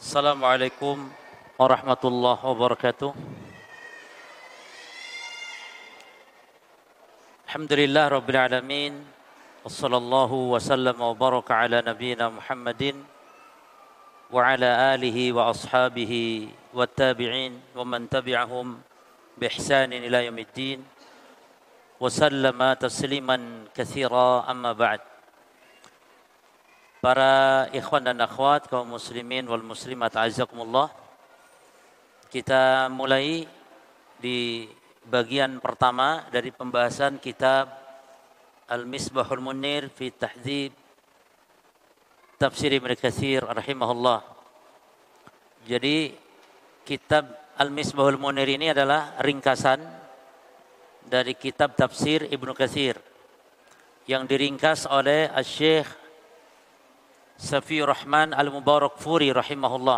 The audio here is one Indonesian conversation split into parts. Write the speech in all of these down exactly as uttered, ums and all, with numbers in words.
Assalamualaikum warahmatullahi wabarakatuh. Alhamdulillah rabbil alamin. Wassallallahu wasallam wa baraka ala nabiyyina Muhammadin wa ala alihi wa ashabihi wa tabi'in wa man tabi'ahum bi ihsanin ila yaumiddin wa sallama tasliman katsira, amma ba'd. Para ikhwan dan akhwat kaum muslimin wal muslimat azakumullah, kita mulai di bagian pertama dari pembahasan kitab Al-Misbahul Munir fi Tahdzib Tafsir Ibnu Katsir rahimahullah. Jadi kitab Al-Misbahul Munir ini adalah ringkasan dari kitab tafsir Ibnu Katsir yang diringkas oleh Asy-Syaikh Safiyur Rahman Al-Mubarakfuri rahimahullah.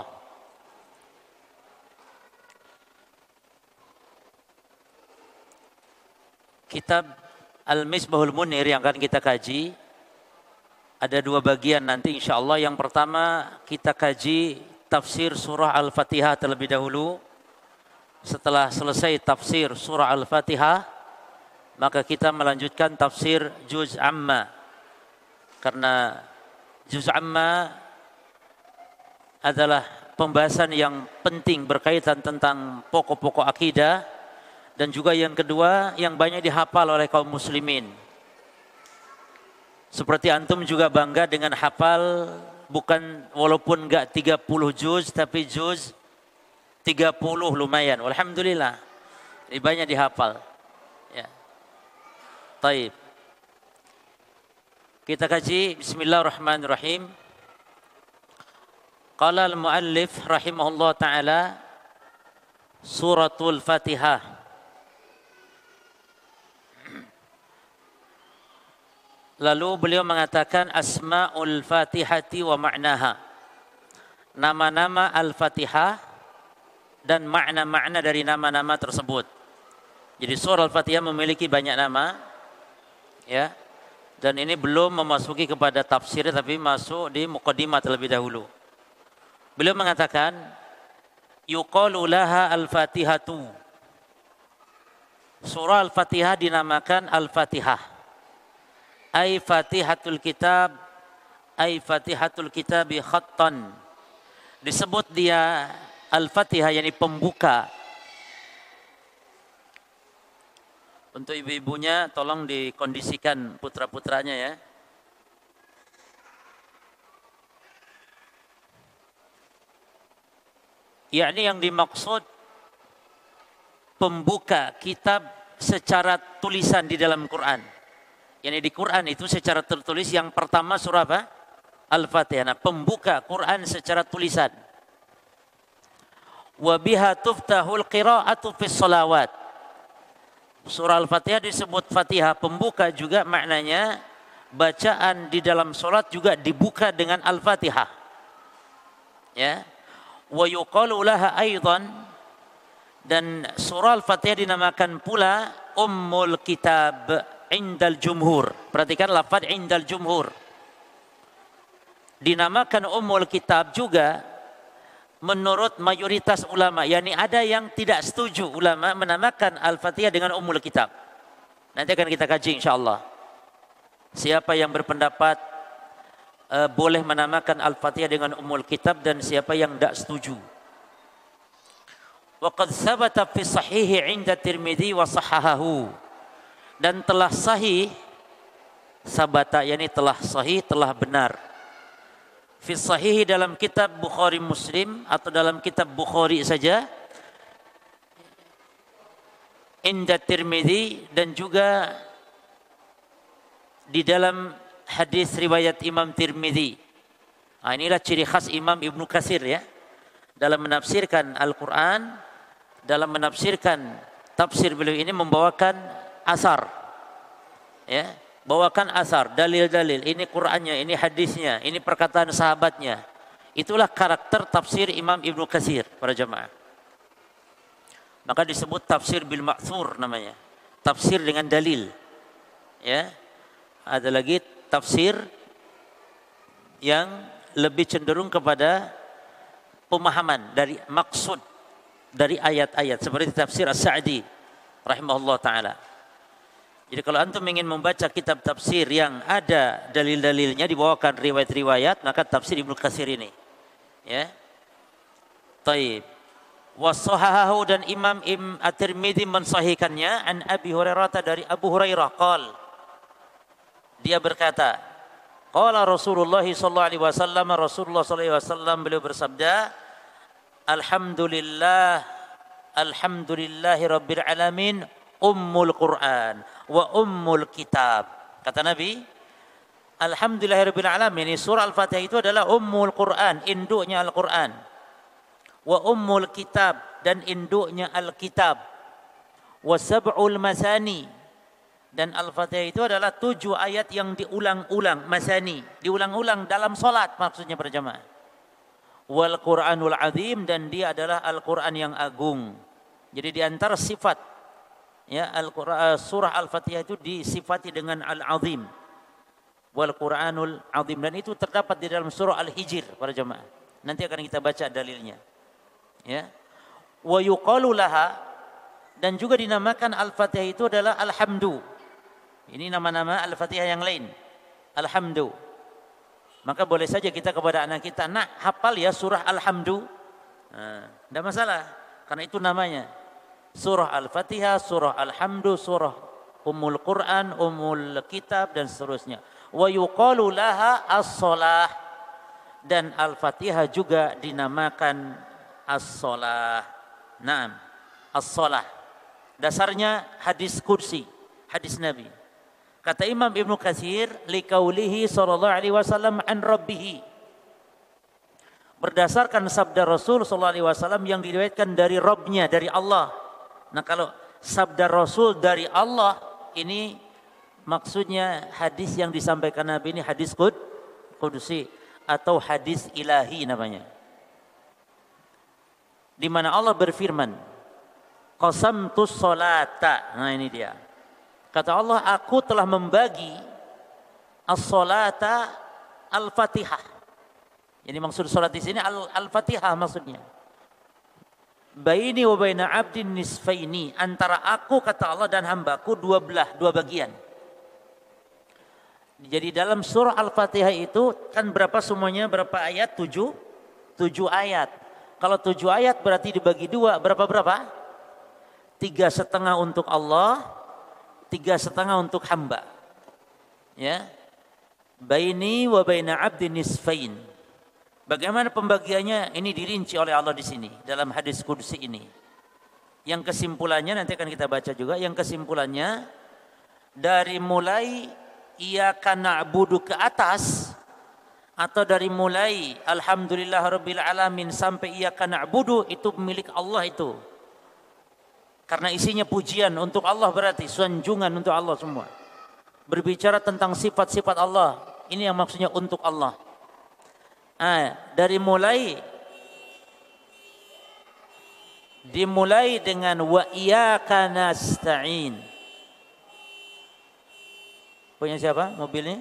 Kitab Al-Misbahul Munir yang akan kita kaji ada dua bagian nanti insyaallah. Yang pertama kita kaji tafsir surah Al-Fatihah terlebih dahulu. Setelah selesai tafsir surah Al-Fatihah, maka kita melanjutkan tafsir Juz Amma. Karena Juz Amma adalah pembahasan yang penting berkaitan tentang pokok-pokok akidah, dan juga yang kedua yang banyak dihafal oleh kaum muslimin. Seperti antum juga bangga dengan hafal, bukan walaupun enggak tiga puluh juz tapi juz tiga puluh lumayan. Alhamdulillah. Ini banyak dihafal. Ya. Taib. Kita kaji bismillahirrahmanirrahim. Qala al-muallif rahimahullah ta'ala suratul Fatihah. Lalu beliau mengatakan asma'ul Fatihati wa ma'naha. Nama-nama Al-Fatihah dan makna-makna dari nama-nama tersebut. Jadi surah Al-Fatihah memiliki banyak nama, ya. Dan ini belum memasuki kepada tafsir, tapi masuk di muqaddimah terlebih dahulu. Beliau mengatakan yuqalu laha al-Fatihatu. Surah Al-Fatihah dinamakan Al-Fatihah. Ai Fatihatul Kitab, ai Fatihatul Kitabi khattan. Disebut dia Al-Fatihah, yakni pembuka. Untuk ibu-ibunya tolong dikondisikan putra-putranya ya. Yakni yang dimaksud pembuka kitab secara tulisan di dalam Quran. Yakni di Quran itu secara tertulis yang pertama surah apa? Al-Fatihah. Nah, pembuka Quran secara tulisan. Wa biha tuftahul qira'atu fis shalawat. Surah Al-Fatihah disebut Fatihah pembuka juga maknanya bacaan di dalam salat juga dibuka dengan Al-Fatihah. Ya. Wa yuqalu laha aidan, dan surah Al-Fatihah dinamakan pula Ummul Kitab indal jumhur. Perhatikan lafaz indal jumhur. Dinamakan Ummul Kitab juga menurut mayoritas ulama, yakni ada yang tidak setuju ulama menamakan Al-Fatihah dengan Ummul Kitab. Nanti akan kita kaji insyaallah. Siapa yang berpendapat uh, boleh menamakan Al-Fatihah dengan Ummul Kitab dan siapa yang tidak setuju. Wa qad thabata fi sahih 'inda Tirmidzi wa sahahahu. Dan telah sahih, sabata yakni telah sahih, telah benar. Fi sahih dalam kitab Bukhari Muslim atau dalam kitab Bukhari saja, inda Tirmidzi, dan juga di dalam hadis riwayat Imam Tirmidzi. Nah, inilah ciri khas Imam Ibnu Katsir ya. Dalam menafsirkan Al-Quran, dalam menafsirkan tafsir beliau ini membawakan asar. Ya. Bawakan asar, dalil-dalil, ini Qur'annya, ini hadisnya, ini perkataan sahabatnya. Itulah karakter tafsir Imam Ibnu Katsir para jemaah. Maka disebut tafsir bil ma'thur namanya. Tafsir dengan dalil. Ya. Ada lagi tafsir yang lebih cenderung kepada pemahaman dari maksud dari ayat-ayat seperti tafsir As-Sa'di rahimahullah taala. Jadi kalau antum ingin membaca kitab tafsir yang ada dalil-dalilnya dibawakan riwayat-riwayat, maka tafsir Ibnu Katsir ini. Ya. Taib. Washahahu dan Imam Ibn At-Tirmidzi mensahihkannya an Abi Hurairah dari Abu Hurairah qol. Dia berkata, qala Rasulullah sallallahu alaihi wasallam, Rasulullah sallallahu alaihi wasallam beliau bersabda, Alhamdulillah alhamdulillahi rabbil alamin ummul Quran wa ummul kitab. Kata Nabi, alhamdulillahirabbil alamin, surah Al-Fatihah itu adalah ummul Quran, induknya Al-Quran. Wa ummul kitab, dan induknya Al-Kitab. Wa sab'ul masani, dan Al-Fatihah itu adalah tujuh ayat yang diulang-ulang, masani, diulang-ulang dalam salat maksudnya berjamaah. Wal Qur'anul azim, dan dia adalah Al-Quran yang agung. Jadi di antara sifat ya Al-Qur'an, surah Al-Fatihah itu disifati dengan Al-Azim. Wal Qur'anul azim, dan itu terdapat di dalam surah Al-Hijr para jemaah. Nanti akan kita baca dalilnya. Ya. Wa yuqalu laha, dan juga dinamakan Al-Fatihah itu adalah Alhamdu. Ini nama-nama Al-Fatihah yang lain. Alhamdu. Maka boleh saja kita kepada anak kita, nak hafal ya surah Alhamdu. Nah, tidak masalah, karena itu namanya. Surah Al-Fatihah, surah Alhamdu, surah Ummul Quran, Ummul Kitab, dan seterusnya. Wa yuqalu laha as-salah, dan Al-Fatihah juga dinamakan as-salah. Naam, as-salah. Dasarnya hadis kursi, hadis Nabi. Kata Imam Ibnu Katsir, liqaulihi sallallahu alaihi wasallam an rabbih. Berdasarkan sabda Rasul sallallahu alaihi wasallam yang diriwayatkan dari Rabbnya, dari Allah. Nah, kalau sabda Rasul dari Allah, ini maksudnya hadis yang disampaikan Nabi ini hadis qud, qudsi atau hadis ilahi namanya. Di mana Allah berfirman, qasamtus sholata. Nah, ini dia. Kata Allah, aku telah membagi as-sholata al-Fatihah. Jadi maksud salat di sini al-Fatihah maksudnya. Baini wa baina 'abdin nisfaini, antara aku kata Allah dan hambaku dua belah, dua bagian. Jadi dalam surah Al-Fatihah itu kan berapa semuanya, berapa ayat? Tujuh, tujuh ayat. Kalau tujuh ayat berarti dibagi dua, berapa-berapa? Tiga setengah untuk Allah, tiga setengah untuk hamba. Ya, baini wa baina 'abdin nisfain. Bagaimana pembagiannya? Ini dirinci oleh Allah di sini dalam hadis qudsi ini. Yang kesimpulannya nanti akan kita baca juga. Yang kesimpulannya dari mulai iyyaka na'budu ke atas, atau dari mulai alhamdulillahirabbil alamin sampai iyyaka na'budu, itu milik Allah itu. Karena isinya pujian untuk Allah, berarti sanjungan untuk Allah semua. Berbicara tentang sifat-sifat Allah, ini yang maksudnya untuk Allah. Ah, dari mulai dimulai dengan wa iyyaka nasta'in. Punya siapa mobilnya?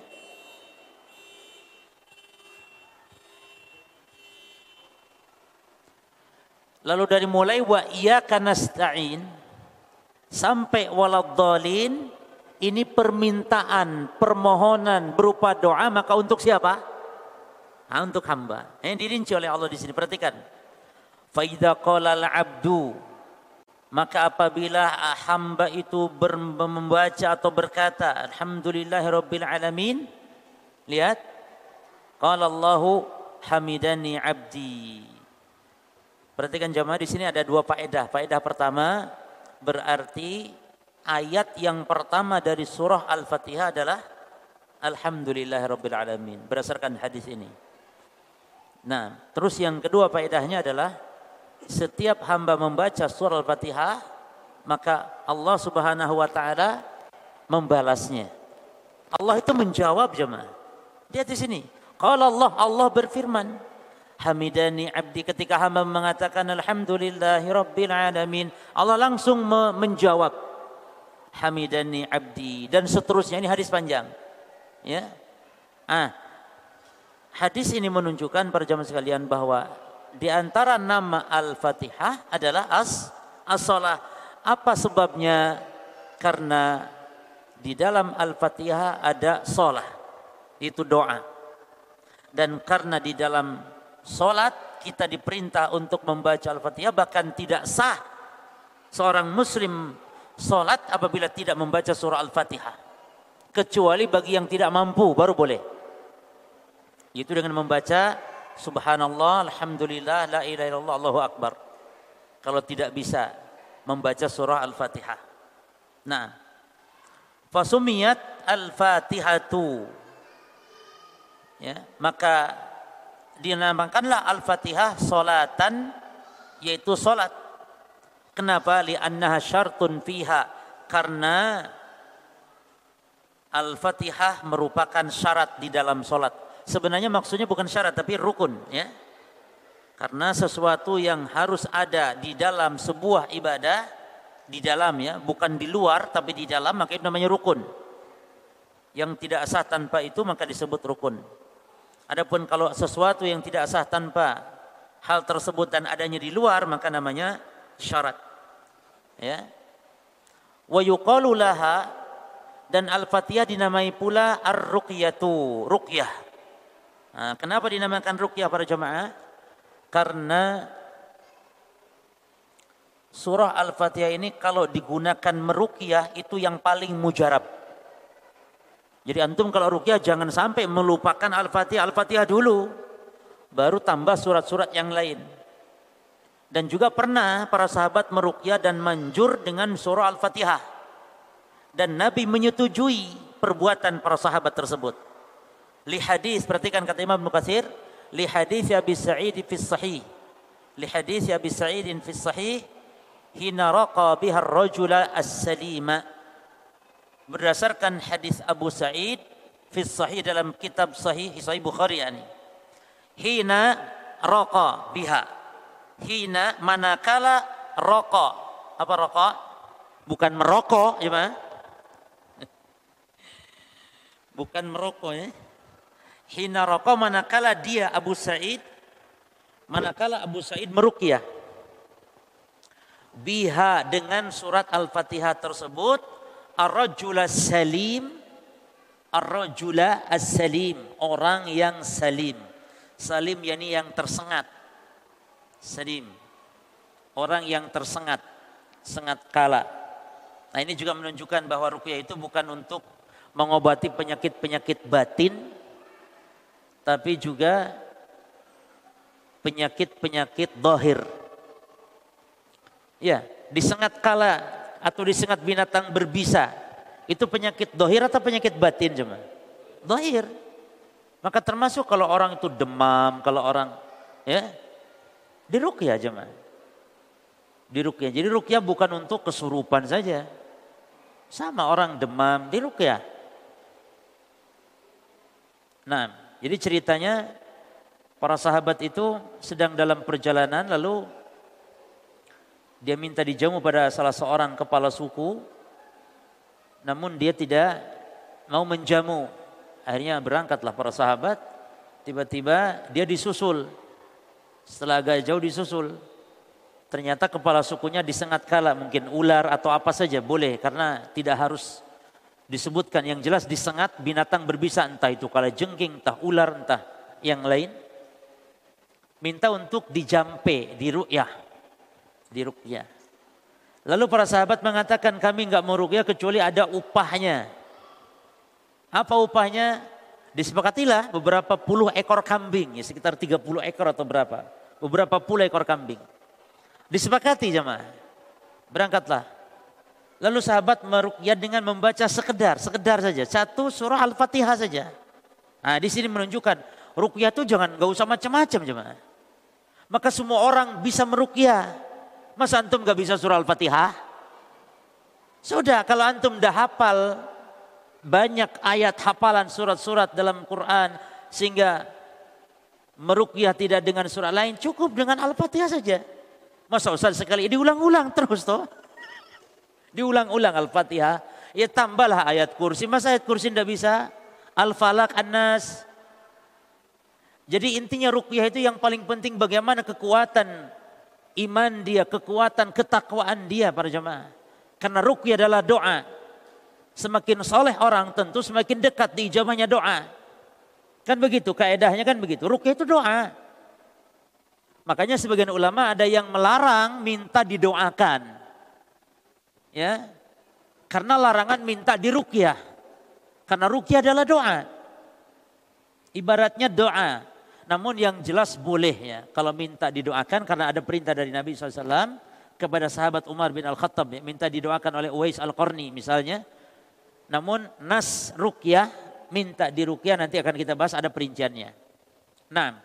Lalu dari mulai wa iyyaka nasta'in sampai waladhdallin, ini permintaan, permohonan berupa doa, maka untuk siapa? Nah, untuk hamba. Yang dirinci oleh Allah di sini. Perhatikan. Fa idza qala al-'abdu, maka apabila hamba itu ber, membaca atau berkata alhamdulillahirabbil alamin, lihat, qala Allahu hamidani 'abdi. Perhatikan jemaah, di sini ada dua faedah. Faedah pertama, berarti ayat yang pertama dari surah Al-Fatihah adalah alhamdulillahirabbil alamin berdasarkan hadis ini. Nah, terus yang kedua faedahnya adalah setiap hamba membaca surah Al-Fatihah, maka Allah Subhanahu wa taala membalasnya. Allah itu menjawab jemaah. Lihat di sini. Qala Allah, Allah berfirman, hamidani abdi, ketika hamba mengatakan alhamdulillahirabbil alamin, Allah langsung menjawab hamidani abdi, dan seterusnya. Ini hadis panjang. Ya. Ah, hadis ini menunjukkan para jamaah sekalian bahwa di antara nama Al-Fatihah adalah as as-shalah. Apa sebabnya? Karena di dalam Al-Fatihah ada shalah, itu doa. Dan karena di dalam salat kita diperintah untuk membaca Al-Fatihah, bahkan tidak sah seorang muslim salat apabila tidak membaca surah Al-Fatihah. Kecuali bagi yang tidak mampu baru boleh. Itu dengan membaca Subhanallah, Alhamdulillah, La ilaha illallah, Allahu Akbar. Kalau tidak bisa membaca surah Al-Fatihah. Nah, fasumiyat Al-Fatihatu. Ya, maka dinamakanlah Al-Fatihah salatan, yaitu salat. Kenapa? Li'annaha syartun fiha. Karena Al-Fatihah merupakan syarat di dalam salat. Sebenarnya maksudnya bukan syarat tapi rukun, ya. Karena sesuatu yang harus ada di dalam sebuah ibadah, di dalam, ya, bukan di luar tapi di dalam, maka itu namanya rukun. Yang tidak sah tanpa itu maka disebut rukun. Adapun kalau sesuatu yang tidak sah tanpa hal tersebut dan adanya di luar maka namanya syarat. Ya. Wa yuqalu laha, dan Al-Fatihah dinamai pula ar-ruqyatu, ruqyah. Nah, kenapa dinamakan ruqyah para jemaah? Karena surah Al-Fatihah ini kalau digunakan meruqyah itu yang paling mujarab. Jadi antum kalau ruqyah jangan sampai melupakan Al-Fatihah, Al-Fatihah dulu, baru tambah surat-surat yang lain. Dan juga pernah para sahabat meruqyah dan manjur dengan surah Al-Fatihah. Dan Nabi menyetujui perbuatan para sahabat tersebut. Li hadis, perhatikan kata Imam Ibnu Katsir, li hadis Abi Sa'id fi sahih. Li hadis Abi Sa'id fi sahih hina raqa biha ar-rajula as-salima. Berdasarkan hadis Abu Sa'id fi sahih dalam kitab sahih Sahih Bukhari ini. Hina raqa biha. Hina manakala raqa. Apa raqa? Bukan merokok, ya, Pak. Bukan merokok, ya. Hina raqa, manakala dia Abu Sa'id, manakala Abu Sa'id meruqyah biha, dengan surat Al-Fatihah tersebut, ar-rajula salim, ar-rajula as-salim, orang yang salim. Salim yakni yang tersengat. Salim, orang yang tersengat, sengat kala. Nah, ini juga menunjukkan bahwa ruqyah itu bukan untuk mengobati penyakit-penyakit batin, tapi juga penyakit-penyakit zahir. Ya, disengat kala atau disengat binatang berbisa, itu penyakit zahir atau penyakit batin, jemaah? Zahir. Maka termasuk kalau orang itu demam, kalau orang, ya, diruqyah, jemaah. Diruqyah. Jadi ruqyah bukan untuk kesurupan saja. Sama orang demam, diruqyah. Nah, jadi ceritanya para sahabat itu sedang dalam perjalanan, lalu dia minta dijamu pada salah seorang kepala suku, namun dia tidak mau menjamu. Akhirnya berangkatlah para sahabat, tiba-tiba dia disusul. Setelah agak jauh disusul, ternyata kepala sukunya disengat kala, mungkin ular atau apa saja boleh, karena tidak harus disebutkan, yang jelas disengat binatang berbisa, entah itu kalajengking, entah ular, entah yang lain. Minta untuk dijampe, diruqyah, diruqyah. Lalu para sahabat mengatakan, kami enggak mau ruqyah kecuali ada upahnya. Apa upahnya? Disepakatilah beberapa puluh ekor kambing, ya sekitar tiga puluh ekor atau berapa, beberapa puluh ekor kambing. Disepakati, jemaah. Berangkatlah. Lalu sahabat meruqyah dengan membaca sekedar, sekedar saja, satu surah Al-Fatihah saja. Nah, di sini menunjukkan ruqyah itu jangan, enggak usah macam-macam, jemaah. Maka semua orang bisa meruqyah. Masa antum enggak bisa surah Al-Fatihah? Sudah, kalau antum dah hafal banyak ayat hafalan surat-surat dalam Quran sehingga meruqyah tidak dengan surat lain, cukup dengan Al-Fatihah saja. Masa Ustaz sekali diulang-ulang terus toh? Diulang-ulang Al-Fatihah, ya tambahlah ayat kursi. Masa ayat kursi tidak bisa? Al-Falaq, An-Nas. Jadi intinya ruqyah itu yang paling penting bagaimana kekuatan iman dia, kekuatan ketakwaan dia para jemaah. Karena ruqyah adalah doa. Semakin soleh orang tentu semakin dekat diijabahnya doa. Kan begitu kaedahnya, kan begitu. Ruqyah itu doa. Makanya sebagian ulama ada yang melarang minta didoakan. Ya. Karena larangan minta diruqyah. Karena ruqyah adalah doa. Ibaratnya doa. Namun yang jelas boleh ya kalau minta didoakan karena ada perintah dari Nabi shallallahu alaihi wasallam kepada sahabat Umar bin Al-Khattab ya, minta didoakan oleh Uwais Al-Qarni misalnya. Namun nas ruqyah, minta diruqyah nanti akan kita bahas ada perinciannya. Nah,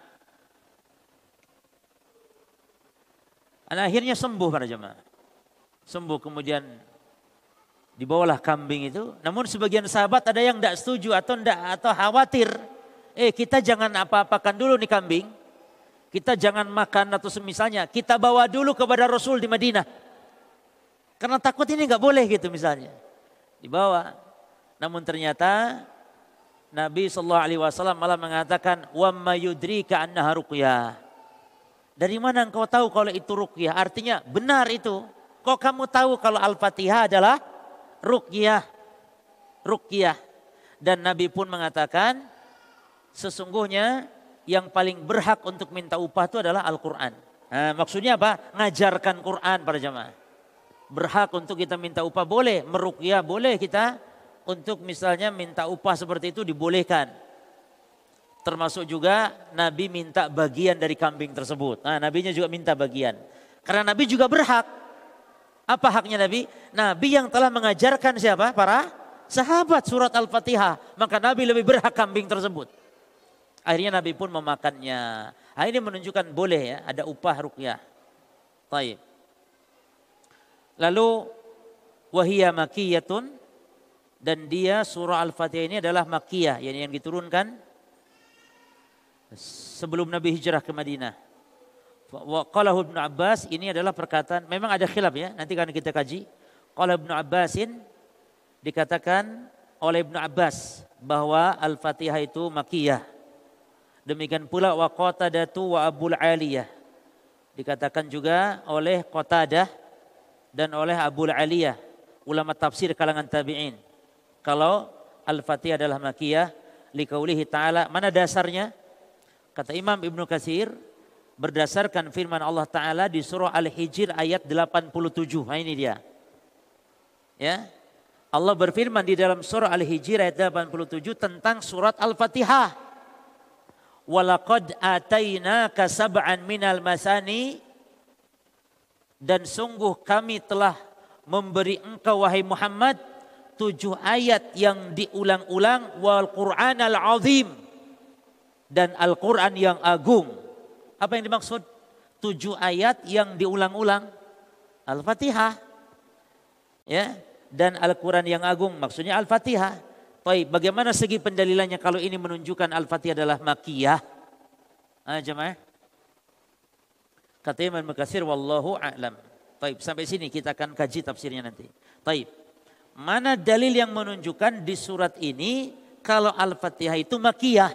dan akhirnya sembuh para jemaah. Sembuh kemudian dibawalah kambing itu. Namun sebagian sahabat ada yang tidak setuju atau tidak atau khawatir. Eh kita jangan apa-apakan dulu nih kambing. Kita jangan makan atau semisalnya. Kita bawa dulu kepada Rasul di Madinah. Karena takut ini nggak boleh gitu misalnya. Dibawa. Namun ternyata Nabi shallallahu alaihi wasallam malah mengatakan wa ma yudrika annaha ruqyah. Dari mana engkau tahu kalau itu ruqyah? Artinya benar itu. Kok kamu tahu kalau Al-Fatihah adalah ruqyah? Ruqyah. Dan Nabi pun mengatakan sesungguhnya yang paling berhak untuk minta upah itu adalah Al-Quran. Nah, maksudnya apa? Ngajarkan Quran para jamaah. Berhak untuk kita minta upah boleh, meruqyah boleh kita untuk misalnya minta upah seperti itu dibolehkan. Termasuk juga Nabi minta bagian dari kambing tersebut. Nah, Nabinya juga minta bagian. Karena Nabi juga berhak. Apa haknya Nabi? Nabi yang telah mengajarkan siapa? Para sahabat surat Al-Fatihah. Maka Nabi lebih berhak kambing tersebut. Akhirnya Nabi pun memakannya. Nah, ini menunjukkan boleh ya, ada upah ruqyah. Baik. Lalu wahiyya makiyatun, dan dia surah Al-Fatihah ini adalah makiyah, yang yang diturunkan sebelum Nabi hijrah ke Madinah. Wa qalahu Ibnu Abbas, ini adalah perkataan, memang ada khilaf ya, nanti akan kita kaji. Qala Ibnu Abbasin, dikatakan oleh Ibnu Abbas bahwa Al-Fatihah itu makiyah. Demikian pula wa Qatadatu wa Abul Aliyah. Dikatakan juga oleh Qatadah dan oleh Abul Aliyah, ulama tafsir kalangan tabi'in. Kalau Al-Fatihah adalah makiyah, liqaulihi ta'ala, mana dasarnya? Kata Imam Ibnu Katsir, berdasarkan firman Allah Ta'ala di surah Al-Hijr ayat delapan puluh tujuh. Nah ini dia. Ya. Allah berfirman di dalam surah Al-Hijr ayat delapan puluh tujuh tentang surat Al-Fatihah. Walaqad atainaka sab'an minal masani, dan sungguh kami telah memberi engkau wahai Muhammad tujuh ayat yang diulang-ulang, wal Qur'anal azim, dan Al-Quran yang agung. Apa yang dimaksud? Tujuh ayat yang diulang-ulang, Al-Fatihah, ya, dan Al-Quran yang agung, maksudnya Al-Fatihah. Baik, bagaimana segi pendalilannya kalau ini menunjukkan Al-Fatihah adalah makiyah? Ah, jemaah. Kata Imam Mukatsir wallahu a'lam. Baik, sampai sini kita akan kaji tafsirnya nanti. Baik. Mana dalil yang menunjukkan di surat ini kalau Al-Fatihah itu makiyah?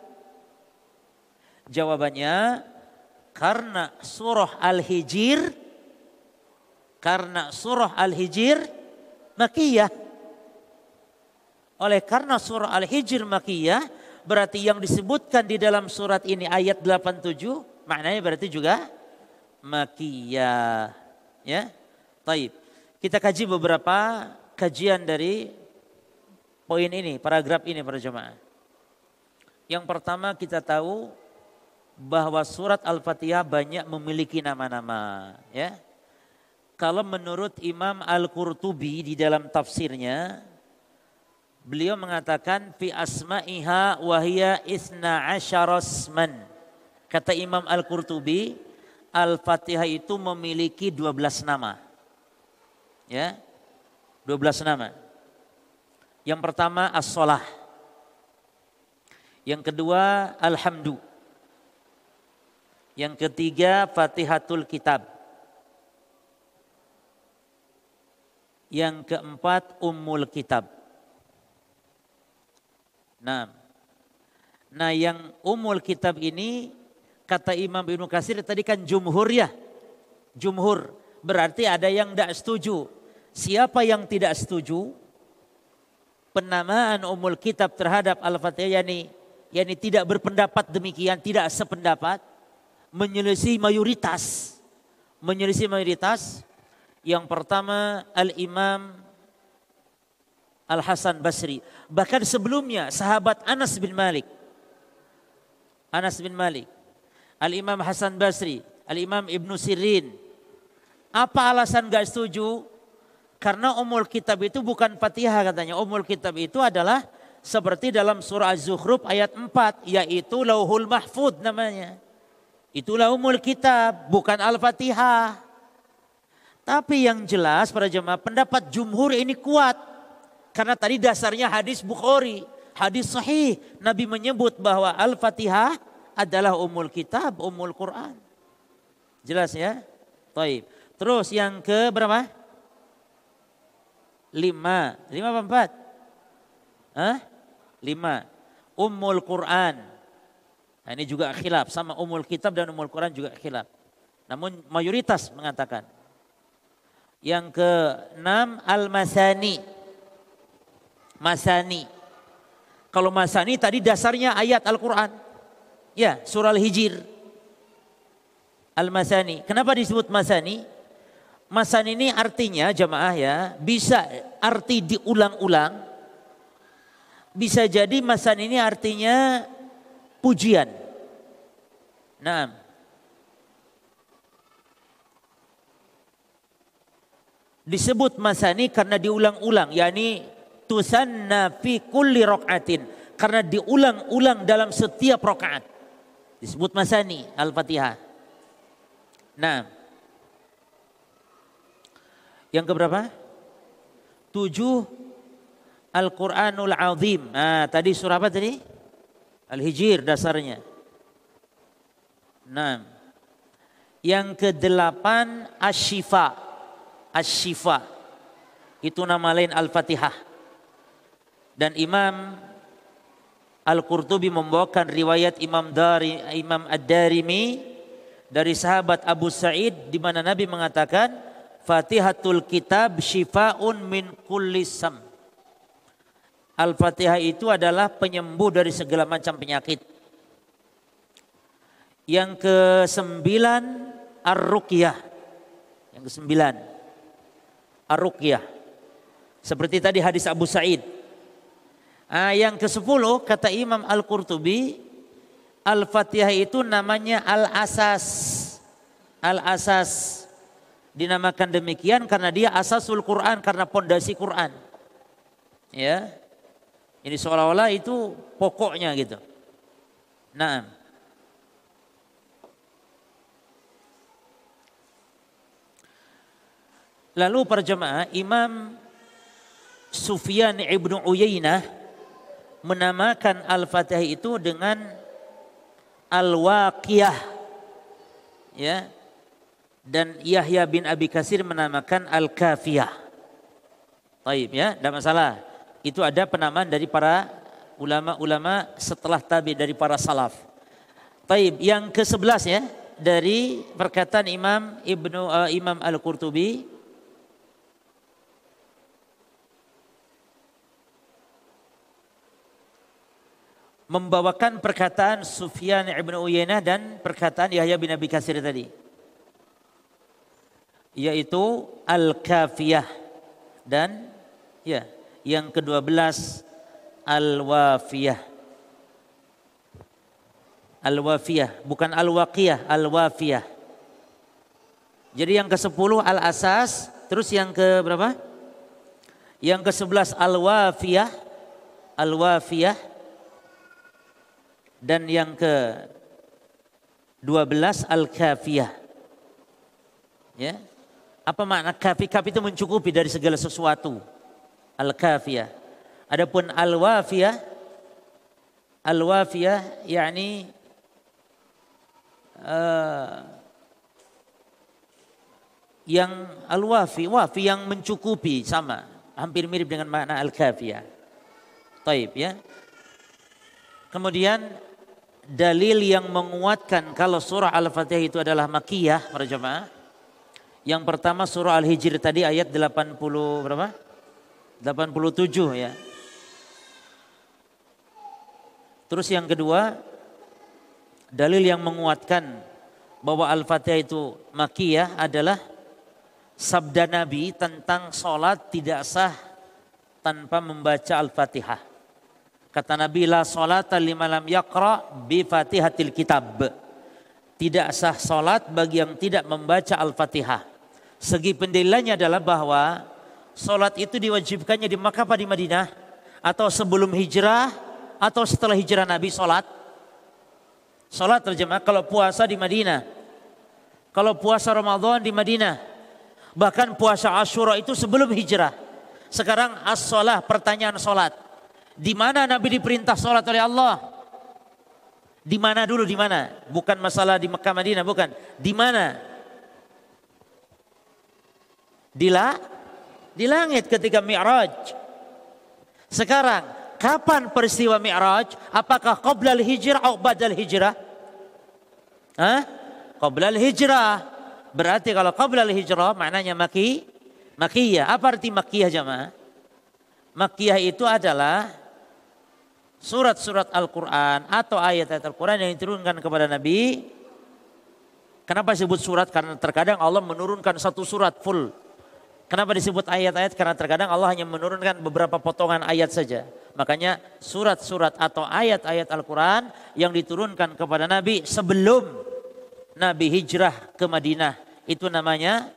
Jawabannya karena surah Al-Hijr, karena surah Al-Hijr makiyah. Oleh karena surah Al-Hijr makiyah, berarti yang disebutkan di dalam surat ini ayat delapan puluh tujuh maknanya berarti juga makiyah. Ya. Baik. Kita kaji beberapa kajian dari poin ini, paragraf ini para jemaah. Yang pertama kita tahu bahwa surat Al-Fatihah banyak memiliki nama-nama, ya. Kalau menurut Imam Al-Qurtubi di dalam tafsirnya, beliau mengatakan fi asma'iha wa hiya isna asyara isman. Kata Imam Al-Qurtubi, Al-Fatihah itu memiliki dua belas nama. Ya. dua belas nama. Yang pertama As-Shalah. Yang kedua Alhamdu. Yang ketiga Fatihatul Kitab. Yang keempat Ummul Kitab. Nah, Nah yang umul kitab ini kata Imam Ibnu Katsir tadi kan jumhur ya. Jumhur berarti ada yang tidak setuju. Siapa yang tidak setuju penamaan umul kitab terhadap Al-Fatihah, yakni yakni tidak berpendapat demikian, tidak sependapat, menyelisih mayoritas. Menyelisih mayoritas. Yang pertama Al-Imam Al-Hasan Basri. Bahkan sebelumnya sahabat Anas bin Malik. Anas bin Malik. Al-Imam Hasan Basri. Al-Imam Ibnu Sirin. Apa alasan gak setuju? Karena umul kitab itu bukan Fatihah katanya. Umul kitab itu adalah seperti dalam surah Az-Zukhruf ayat empat. Yaitu Lauhul Mahfud namanya. Itulah umul kitab, bukan Al-Fatihah. Tapi yang jelas para jemaah pendapat jumhur ini kuat. Karena tadi dasarnya hadis Bukhari. Hadis sahih. Nabi menyebut bahwa Al-Fatihah adalah umul kitab, umul Quran. Jelas ya? Taib. Terus yang ke berapa? Lima. Lima apa empat? Hah? Lima. Ummul Quran. Nah, ini juga khilaf. Sama umul kitab dan umul Quran juga khilaf. Namun mayoritas mengatakan. Yang ke enam Al-Masani. Masani. Kalau Masani tadi dasarnya ayat Al-Quran. Ya, surah Al-Hijr. Al-Masani. Kenapa disebut Masani? Masani ini artinya jamaah ya, bisa arti diulang-ulang. Bisa jadi masani ini artinya pujian. Nah. Disebut masani karena diulang-ulang, yakni tusanna fi kulli raqatin, karena diulang-ulang dalam setiap rakaat. Disebut masani Al-Fatihah. Nah. Yang keberapa? Tujuh Al-Quranul Azim. Nah tadi surah apa tadi? Al-Hijr dasarnya. Nah. Yang kedelapan Asy-Syifa. Asy-Syifa. Itu nama lain Al-Fatihah. Dan Imam Al-Qurtubi membawakan riwayat Imam Dari, Imam Ad-Darimi dari sahabat Abu Sa'id di mana Nabi mengatakan Fatihatul kitab syifaun min kulli sam. Al-Fatihah itu adalah penyembuh dari segala macam penyakit. Yang kesembilan Ar-Ruqyah. Yang kesembilan Ar-Ruqyah. Seperti tadi hadis Abu Sa'id. Ah, yang kesepuluh kata Imam Al-Qurtubi, Al-Fatihah itu namanya Al-Asas. Al-Asas. Dinamakan demikian karena dia asasul Quran, karena pondasi Quran. Ya. Ini seolah-olah itu pokoknya gitu. Nah. Lalu para jemaah, Imam Sufyan Ibnu Uyainah menamakan Al-Fatihah itu dengan Al-Waqiyah. Ya. Dan Yahya bin Abi Katsir menamakan Al-Kafiyah. Taib ya, tidak masalah. Itu ada penamaan dari para ulama-ulama setelah tabi dari para salaf. Taib, yang ke sebelas ya, dari perkataan Imam Ibnu uh, Imam Al-Qurtubi. Membawakan perkataan Sufyan Ibnu Uyainah dan perkataan Yahya bin Abi Katsir tadi. Yaitu Al-Kafiyah dan ya yang kedua belas Al-Wafiyah. Al-Wafiyah bukan Al-Waqiyah, Al-Wafiyah. Jadi yang ke sepuluh Al-Asas, terus yang ke berapa? Yang ke sebelas Al-Wafiyah, Al-Wafiyah, dan yang ke dua belas Al-Kafiyah. Ya. Apa makna kafi? Kafi itu mencukupi dari segala sesuatu. Al-Kafiyah. Adapun Al-Wafiyah, Al-Wafiyah yakni uh, yang Al-Wafi, wafi yang mencukupi, sama, hampir mirip dengan makna Al-Kafiyah. Taib ya. Kemudian dalil yang menguatkan kalau surah Al-Fatihah itu adalah makiyah para jemaah. Yang pertama surah Al-Hijr tadi ayat delapan puluh berapa? delapan puluh tujuh ya. Terus yang kedua, dalil yang menguatkan bahwa Al-Fatihah itu makiyah adalah sabda Nabi tentang sholat tidak sah tanpa membaca Al-Fatihah. Kata Nabi, la sholata liman lam yaqra bi fatihatil kitab. Tidak sah sholat bagi yang tidak membaca Al-Fatihah. Segi pendalilannya adalah bahwa sholat itu diwajibkannya di Makkah apa di Madinah? Atau sebelum hijrah atau setelah hijrah Nabi sholat? Sholat terjemah kalau puasa di Madinah. Kalau puasa Ramadan di Madinah. Bahkan puasa Asyura itu sebelum hijrah. Sekarang as-sholah, pertanyaan sholat. Di mana Nabi diperintah sholat oleh Allah? Di mana dulu, di mana? Bukan masalah di Mekah Madinah, bukan. Di mana? Di, la, di langit ketika Mi'raj. Sekarang, kapan peristiwa Mi'raj? Apakah qabla al-hijrah atau ba'da al-hijrah? Hah? Qabla al-hijrah. Berarti kalau qabla al-hijrah maknanya maki, makiyah. Apa arti makiyah jemaah? Makiyah itu adalah surat-surat Al-Quran atau ayat-ayat Al-Quran yang diturunkan kepada Nabi. Kenapa disebut surat? Karena terkadang Allah menurunkan satu surat full. Kenapa disebut ayat-ayat? Karena terkadang Allah hanya menurunkan beberapa potongan ayat saja. Makanya surat-surat atau ayat-ayat Al-Quran yang diturunkan kepada Nabi sebelum Nabi hijrah ke Madinah. Itu namanya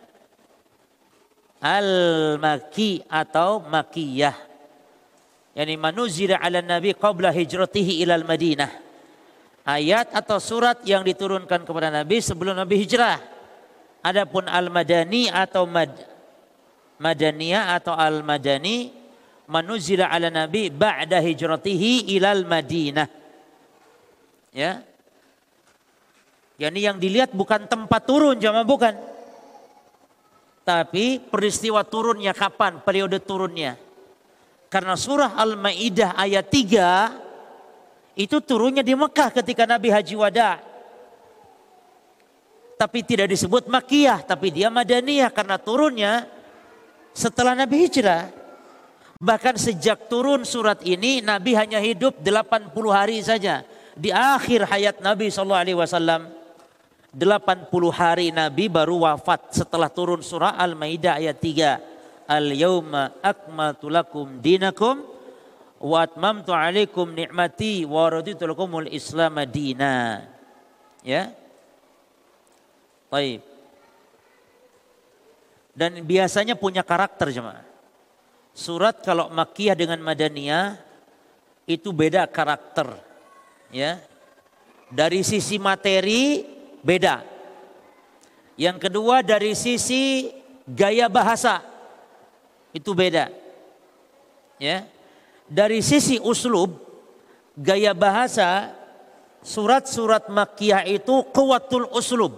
Al-Maki atau Makiyah. Yani manuzila ala Nabi qabla hijratihi ilal Madinah. Ayat atau surat yang diturunkan kepada Nabi sebelum Nabi hijrah. Adapun Al-Madani atau Mad Madaniyah atau Al-Madani manuzila ala Nabi ba'da hijratihi ilal Madinah. Ya. Yani yang dilihat bukan tempat turun jemaah, bukan. Tapi peristiwa turunnya kapan, periode turunnya. Karena surah Al-Maidah ayat tiga itu turunnya di Mekah ketika Nabi Haji Wada. Tapi tidak disebut Makiyah, tapi dia Madaniyah karena turunnya setelah Nabi hijrah. Bahkan sejak turun surat ini Nabi hanya hidup delapan puluh hari saja. Di akhir hayat Nabi shallallahu alaihi wasallam delapan puluh hari Nabi baru wafat setelah turun surah Al-Maidah ayat tiga. Al-yawma akmaltu lakum dinakum wa atmamtu alaikum ni'mati wa raditu lakumul Islam dina. Ya. Baik. Dan biasanya punya karakter jemaah. Surat kalau Makkiyah dengan Madaniyah itu beda karakter. Ya. Dari sisi materi beda. Yang kedua dari sisi gaya bahasa itu beda. Ya. Dari sisi uslub, gaya bahasa, surat-surat Makkiyah itu quwwatul uslub.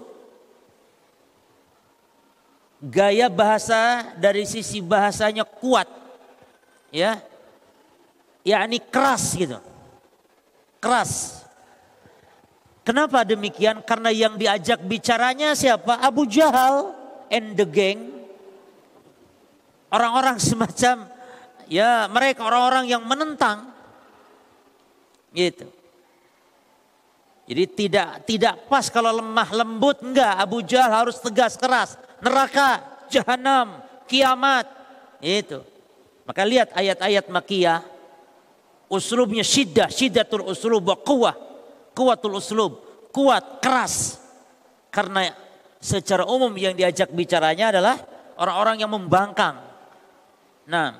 Gaya bahasa dari sisi bahasanya kuat. Ya. Yakni keras gitu. Keras. Kenapa demikian? Karena yang diajak bicaranya siapa? Abu Jahal and the gang. Orang-orang semacam ya mereka orang-orang yang menentang. Gitu. Jadi tidak tidak pas kalau lemah lembut, enggak. Abu Jahal harus tegas keras. Neraka, jahanam, kiamat. Itu. Maka lihat ayat-ayat Makkiyah. Uslubnya syiddah, syiddatul uslub wa quwwah. Kuwatul uslub, kuat, keras. Karena secara umum yang diajak bicaranya adalah orang-orang yang membangkang. Nah,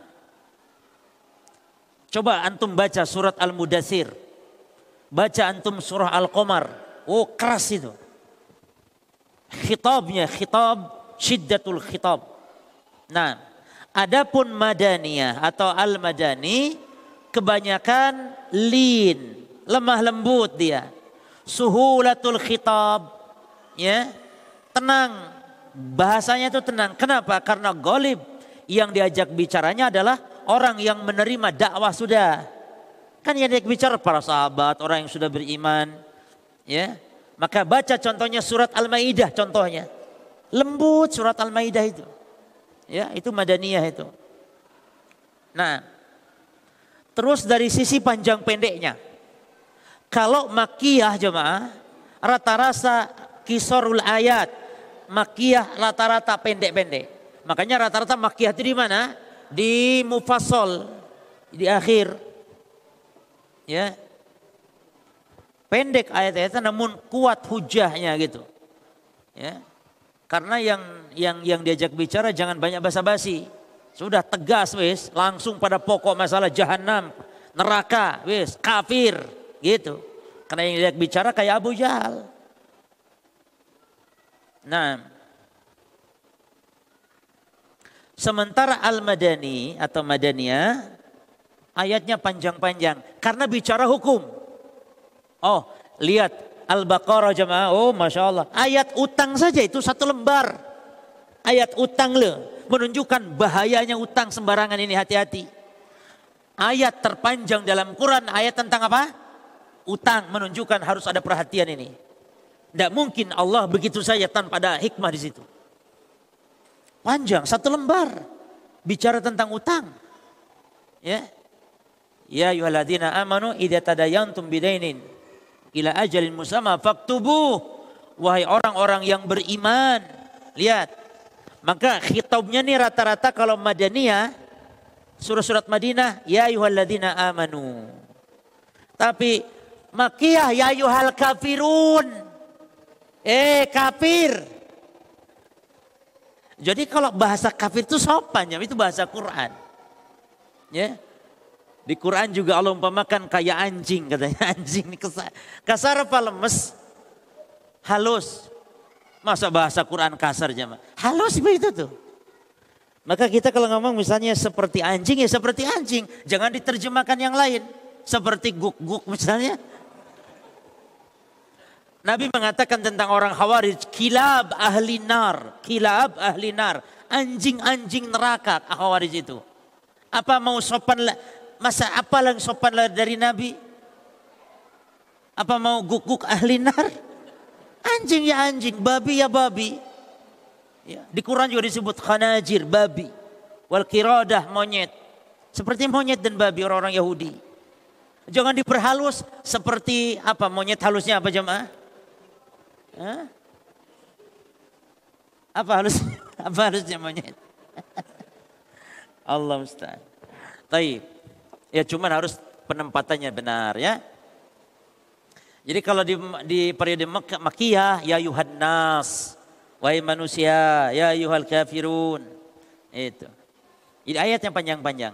coba antum baca surat Al-Mudathir. Baca antum surah Al-Qamar. Oh keras itu. Khitabnya, khitab, syiddatul khitab. Nah, adapun Madaniyah atau Al-Madani kebanyakan lin. Lemah lembut dia. Suhulatul khitab. Ya. Tenang. Bahasanya itu tenang. Kenapa? Karena ghalib yang diajak bicaranya adalah orang yang menerima dakwah sudah. Kan yang diajak bicara para sahabat, orang yang sudah beriman. Ya, maka baca contohnya surat Al-Maidah contohnya. Lembut surat Al-Maidah itu. Ya, itu Madaniyah itu. Nah, terus dari sisi panjang pendeknya. Kalau Makkiyah jemaah, rata-rata kisarul ayat. Makkiyah rata-rata pendek-pendek. Makanya rata-rata Makkiyah itu di mana? Di Mufassal, di akhir. Ya, pendek ayat-ayatnya namun kuat hujahnya gitu. Ya, karena yang yang yang diajak bicara jangan banyak basa-basi. Sudah tegas wis, langsung pada pokok masalah jahanam, neraka, wis, kafir gitu. Karena yang diajak bicara kayak Abu Jahal. Nah, sementara Al-Madani atau Madaniyah ayatnya panjang-panjang karena bicara hukum. Oh, lihat Al-Baqarah jemaah. Oh, Masya Allah. Ayat utang saja itu satu lembar. Ayat utang loh. Menunjukkan bahayanya utang sembarangan ini, hati-hati. Ayat terpanjang dalam Quran, ayat tentang apa? Utang, menunjukkan harus ada perhatian ini. Tidak mungkin Allah begitu saja tanpa ada hikmah di situ. Panjang, satu lembar. Bicara tentang utang. Ya. Ya ayyuhalladzina amanu idza tadayantum bidainin ila ajalin musamma faktubuh. Wahai orang-orang yang beriman, lihat. Maka khitabnya nih rata-rata kalau Madaniyah, surah-surat Madinah, ya ayyuhalladzina amanu. Tapi Makkiyah ya ayyuhal kafirun. Eh kafir. Jadi kalau bahasa kafir itu sopan ya, itu bahasa Quran. Ya. Di Quran juga Allah umpamakan kayak anjing katanya. Anjing ini kasar, kasar apa lemes? Halus. Masa bahasa Quran kasar jemaah? Halus begitu tuh. Maka kita kalau ngomong misalnya seperti anjing ya seperti anjing. Jangan diterjemahkan yang lain. Seperti guk-guk misalnya. Nabi mengatakan tentang orang Khawarij. Kilab ahli nar. Kilab ahli nar. Anjing-anjing neraka Khawarij itu. Apa mau sopan lah? Masa apa yang sopan dari Nabi? Apa mau guk-guk ahli nar? Anjing ya anjing, babi ya babi. Ya, di Quran juga disebut khanajir, babi. Wal qiradah, monyet. Seperti monyet dan babi orang-orang Yahudi. Jangan diperhalus seperti apa? Monyet halusnya apa jemaah? Hah? Apa halusnya? Apa halusnya monyet? Allah musta'an. Taib. Ya cuman harus penempatannya benar ya. Jadi kalau di, di periode Mak Makkiyah ya ayuhan nas, wahai manusia, ya ayuhal kafirun. Itu. Ini ayat yang panjang-panjang.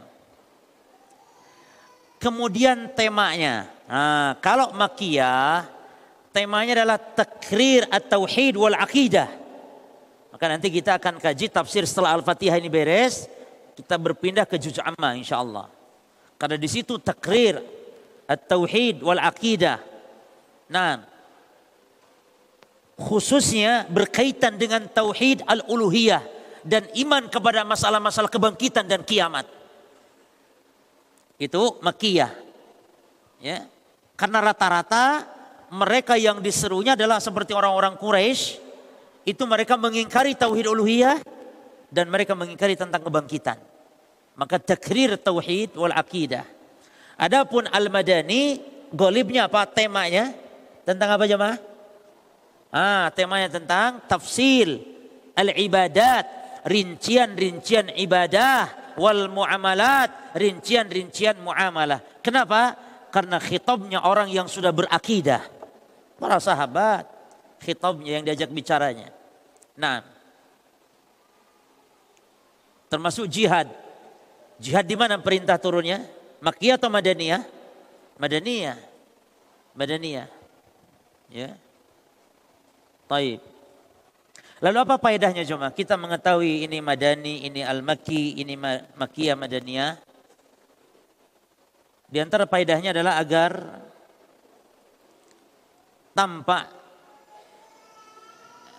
Kemudian temanya. Nah, kalau Makkiyah temanya adalah takrir at-tauhid wal aqidah. Maka nanti kita akan kaji tafsir setelah Al-Fatihah ini beres, kita berpindah ke juz' amma insyaallah. Karena di situ takrir at-tauhid wal aqidah. Nah, khususnya berkaitan dengan tauhid al-uluhiyah dan iman kepada masalah-masalah kebangkitan dan kiamat. Itu Makkiyah. Ya. Karena rata-rata mereka yang diserunya adalah seperti orang-orang Quraisy, itu mereka mengingkari tauhid uluhiyah dan mereka mengingkari tentang kebangkitan. Maka takrir tauhid wal aqidah. Adapun Al-Madani, golibnya apa temanya? Tentang apa jemaah? Ah, temanya tentang tafsil al-ibadat, rincian-rincian ibadah, wal muamalat, rincian-rincian muamalah. Kenapa? Karena khitabnya orang yang sudah berakidah. Para sahabat, khitabnya yang diajak bicaranya. Nah, termasuk jihad. Jihad di mana perintah turunnya? Makkiyah atau Madaniyah? Madaniyah. Madaniyah. Ya. Taib. Lalu apa faedahnya cuma? Kita mengetahui ini Madani, ini Al-Makki, ini Makkiyah, Madaniyah. Di antara faedahnya adalah agar tampak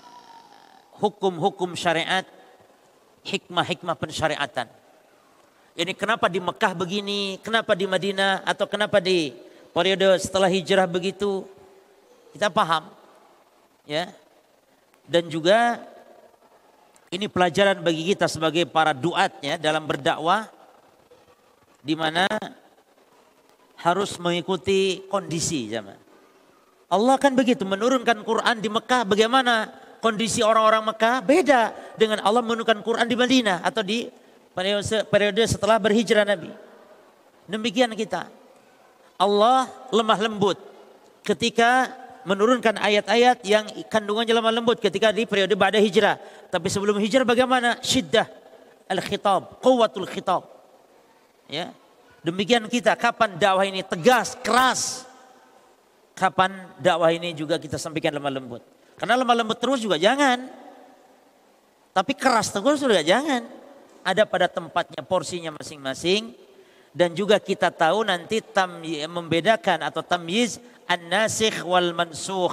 hukum-hukum syariat, hikmah-hikmah pensyariatan Ini kenapa di Mekah begini, kenapa di Madinah, atau kenapa di periode setelah hijrah begitu. Kita paham. Ya. Dan juga ini pelajaran bagi kita sebagai para duatnya dalam berdakwah, di mana harus mengikuti kondisi jemaah. Allah kan begitu menurunkan Quran di Mekah, bagaimana kondisi orang-orang Mekah beda dengan Allah menurunkan Quran di Madinah atau di periode setelah berhijrah Nabi. Demikian kita. Allah lemah lembut ketika menurunkan ayat-ayat yang kandungannya lemah lembut ketika di periode ba'da hijrah. Tapi sebelum hijrah bagaimana? Syiddah al-khitab, quwwatul khitab. Ya. Demikian kita, kapan dakwah ini tegas, keras. Kapan dakwah ini juga kita sampaikan lemah lembut. Karena lemah lembut terus juga jangan. Tapi keras terus juga jangan. Ada pada tempatnya, porsinya masing-masing. Dan juga kita tahu nanti tam, membedakan atau tamyiz an-nasikh wal mansukh.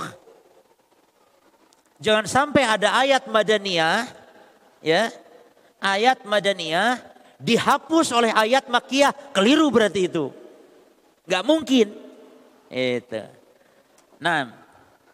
Jangan sampai ada ayat madaniyah, ya, ayat madaniyah dihapus oleh ayat makkiyah, keliru berarti itu. Gak mungkin. Itu. Nah,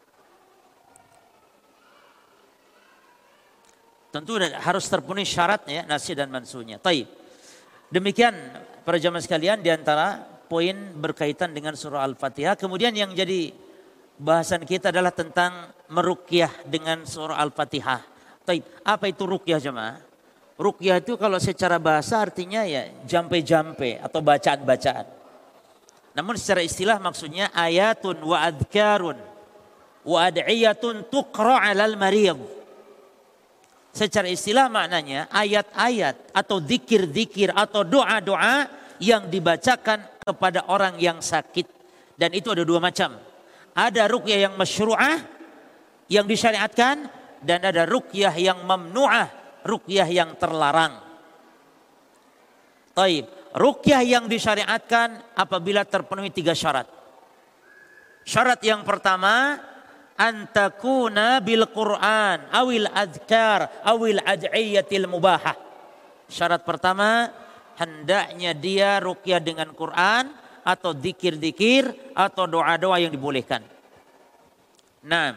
tentu harus terpenuhi syaratnya, nasih dan mansuhnya. Taib. Demikian para jamaah sekalian diantara poin berkaitan dengan surah Al-Fatihah. Kemudian yang jadi bahasan kita adalah tentang meruqyah dengan surah Al-Fatihah. Taib. Apa itu ruqyah jamaah? Ruqyah itu kalau secara bahasa artinya ya jampe-jampe atau bacaan-bacaan. Namun secara istilah maksudnya ayatun wa adhkarun wa ad'iyatun tuqra 'alal marid. Secara istilah maknanya ayat-ayat atau zikir-zikir atau doa-doa yang dibacakan kepada orang yang sakit. Dan itu ada dua macam. Ada ruqyah yang masyru'ah yang disyariatkan dan ada ruqyah yang mamnu'ah, ruqyah yang terlarang. Taib. Ruqyah yang disyariatkan apabila terpenuhi tiga syarat. Syarat yang pertama, antakuna bil Quran awil adhkar awil ad'iyatil mubahah. Syarat pertama, hendaknya dia ruqyah dengan Quran atau zikir-zikir atau doa-doa yang dibolehkan. Nah,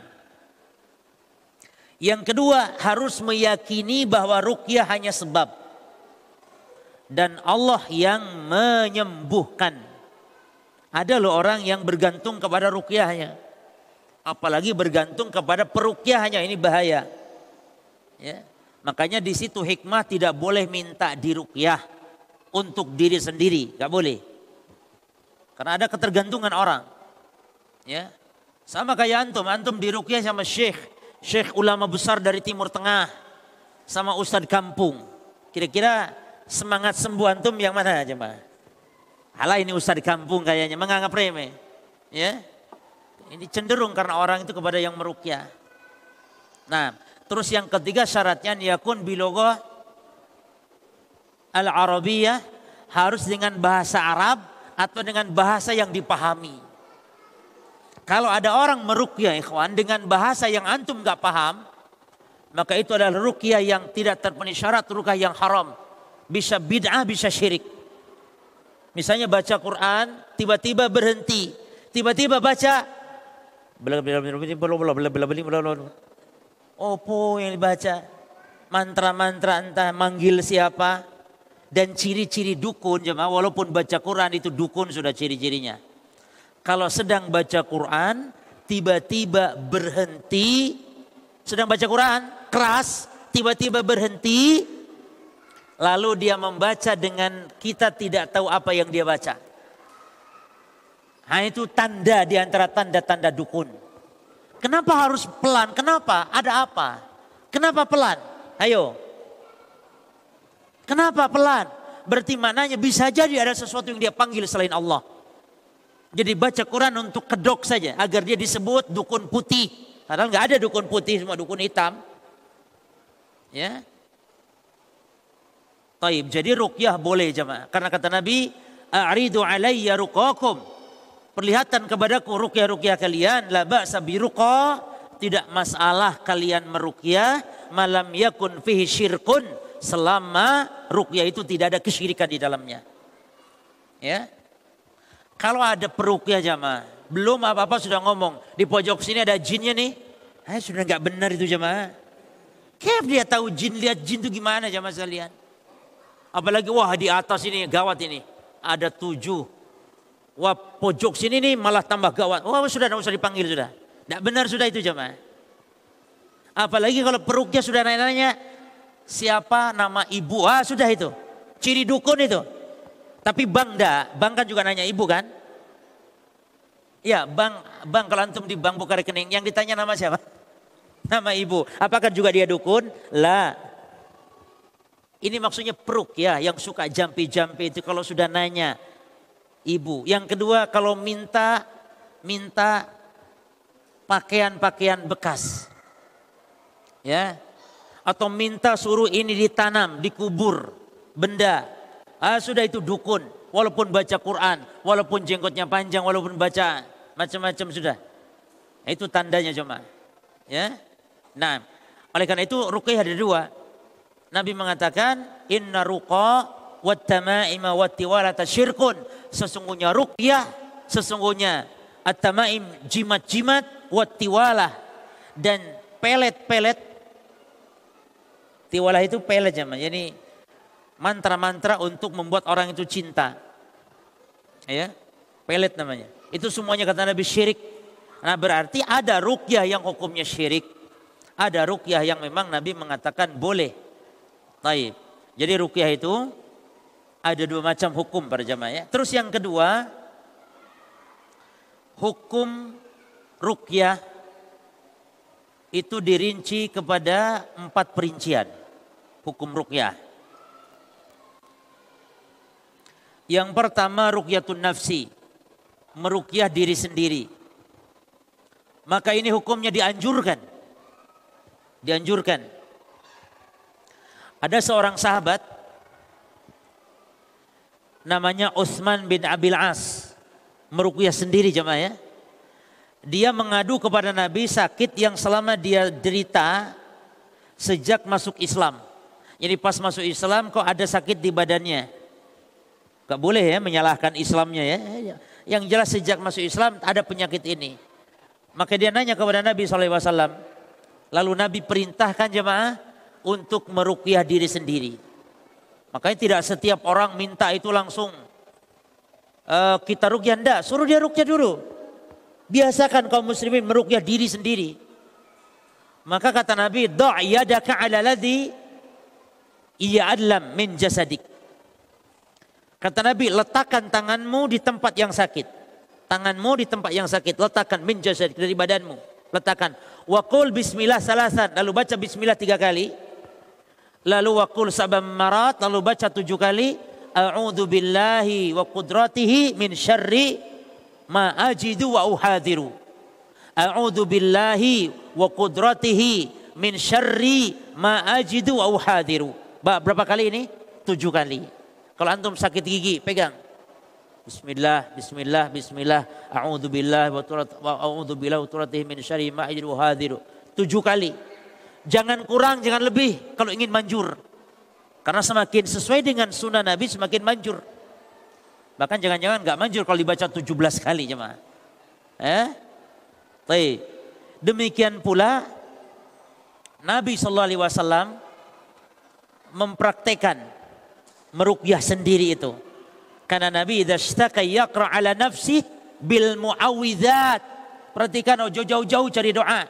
yang kedua harus meyakini bahwa ruqyah hanya sebab dan Allah yang menyembuhkan. Ada loh orang yang bergantung kepada ruqyahnya. Apalagi bergantung kepada peruqyahnya, ini bahaya. Ya. Makanya di situ hikmah tidak boleh minta diruqyah untuk diri sendiri, enggak boleh. Karena ada ketergantungan orang. Ya. Sama kayak antum, antum diruqyah sama syekh, syekh ulama besar dari Timur Tengah, sama ustadz kampung. Kira-kira semangat sembuh antum yang mana aja, Mbak? Halah ini ustadz kampung kayaknya menganggap remeh. Ya. Ini cenderung karena orang itu kepada yang meruqyah. Nah, terus yang ketiga syaratnya yakun biloghah al-arabiyyah, harus dengan bahasa Arab atau dengan bahasa yang dipahami. Kalau ada orang meruqyah ikhwan dengan bahasa yang antum enggak paham, maka itu adalah ruqyah yang tidak terpenuhi syarat, ruqyah yang haram. Bisa bid'ah, bisa syirik. Misalnya baca Quran, tiba-tiba berhenti, tiba-tiba baca opo yang dibaca, mantra-mantra entah manggil siapa, dan ciri-ciri dukun jemaah. Walaupun baca Quran itu dukun sudah ciri-cirinya. Kalau sedang baca Quran tiba-tiba berhenti, sedang baca Quran keras tiba-tiba berhenti, lalu dia membaca dengan kita tidak tahu apa yang dia baca. Nah itu tanda di antara tanda-tanda dukun. Kenapa harus pelan? Kenapa? Ada apa? Kenapa pelan? Ayo. Kenapa pelan? Berarti maknanya bisa jadi ada sesuatu yang dia panggil selain Allah. Jadi baca Quran untuk kedok saja agar dia disebut dukun putih. Padahal nggak ada dukun putih, semua dukun hitam. Ya. Taib. Jadi ruqyah boleh jemaah. Karena kata Nabi, "A'ridu 'alayya ruqakum." Perlihatkan kepadaku ruqyah-ruqyah kalian, la ba'sa biruqa, tidak masalah kalian meruqyah, malam yakun fihi syirkun, selama ruqyah itu tidak ada kesyirikan di dalamnya. Ya. Kalau ada peruqyah jamaah, belum apa-apa sudah ngomong, di pojok sini ada jinnya nih. Eh, sudah nggak benar itu jamaah. Kayak dia tahu jin, lihat jin itu gimana jamaah sekalian. Apalagi wah di atas ini gawat ini. Ada tujuh. Wah pojok sini nih malah tambah gawat. Wah sudah tidak usah dipanggil sudah. Tidak benar sudah itu jamaah. Apalagi kalau peruqyah sudah nanya-nanya siapa nama ibu. Ah sudah itu. Ciri dukun itu. Tapi bang enggak. Bang kan juga nanya ibu kan. Ya bang, bang kalau antum di bank buka rekening. Yang ditanya nama siapa? Nama ibu. Apakah juga dia dukun? Lah. Ini maksudnya peruk ya. Yang suka jampi-jampi itu kalau sudah nanya ibu. Yang kedua kalau minta. Minta pakaian-pakaian bekas. Ya. Atau minta suruh ini ditanam, dikubur. Benda. Ah sudah itu dukun. Walaupun baca Quran. Walaupun jenggotnya panjang. Walaupun baca macam-macam sudah. Itu tandanya cuma. Ya. Nah, oleh karena itu ruqyah ada dua. Nabi mengatakan inna ruqa wat tamaima wat tiwalata syirkun. Sesungguhnya ruqyah, sesungguhnya at-tamaim jimat-jimat wat tiwalah dan pelet-pelet. Tiwalah itu pelet jemaah. Jadi mantra-mantra untuk membuat orang itu cinta. Ya. Pelet namanya. Itu semuanya kata Nabi syirik. Nah, berarti ada ruqyah yang hukumnya syirik. Ada ruqyah yang memang Nabi mengatakan boleh. Taib. Jadi ruqyah itu ada dua macam hukum para jamaah ya. Terus yang kedua, hukum ruqyah itu dirinci kepada empat perincian. Hukum ruqyah. Yang pertama ruqyatun nafsi. Meruqyah diri sendiri. Maka ini hukumnya dianjurkan. Dianjurkan. Ada seorang sahabat namanya Utsman bin Abil As, meruqyah sendiri jemaah ya. Dia mengadu kepada Nabi sakit yang selama dia derita sejak masuk Islam. Jadi pas masuk Islam kok ada sakit di badannya. Gak boleh ya menyalahkan Islamnya ya. Yang jelas sejak masuk Islam ada penyakit ini. Maka dia nanya kepada Nabi shallallahu alaihi wasallam. Lalu Nabi perintahkan jemaah untuk meruqyah diri sendiri. Makanya tidak setiap orang minta itu langsung uh, kita ruqyah, enggak. Suruh dia ruqyah dulu. Biasakan kaum muslimin meruqyah diri sendiri. Maka kata Nabi, "Da' yadaka 'ala ladzi ya'lam min jasadik." Kata Nabi, letakkan tanganmu di tempat yang sakit. Tanganmu di tempat yang sakit, letakkan min jasadik dari badanmu. Letakkan. Wa qul bismillah salasan, lalu baca bismillah tiga kali. Lalu wa qul sab'an marat, lalu baca tujuh kali. A'udzu billahi wa qudratihi min syarri ma ajidu wa uhadiru. A'udzu billahi wa qudratihi min syarri ma ajidu wa uhadiru. Berapa kali ini? Tujuh kali. Kalau antum sakit gigi, pegang. Bismillah, bismillah, bismillah. A'udzu billahi wa a'udzu billahi wa qudratihi min syarri ma ajidu wa uhadiru. Tujuh kali. Jangan kurang, jangan lebih kalau ingin manjur. Karena semakin sesuai dengan sunnah Nabi semakin manjur. Bahkan jangan-jangan enggak manjur kalau dibaca tujuh belas kali jemaah. Eh? Baik. Demikian pula Nabi sallallahu alaihi wasallam mempraktekkan meruqyah sendiri itu. Karena Nabi idza ishtaka yaqra ala nafsi bil muawwidzat. Perhatikan oh jauh-jauh cari doa.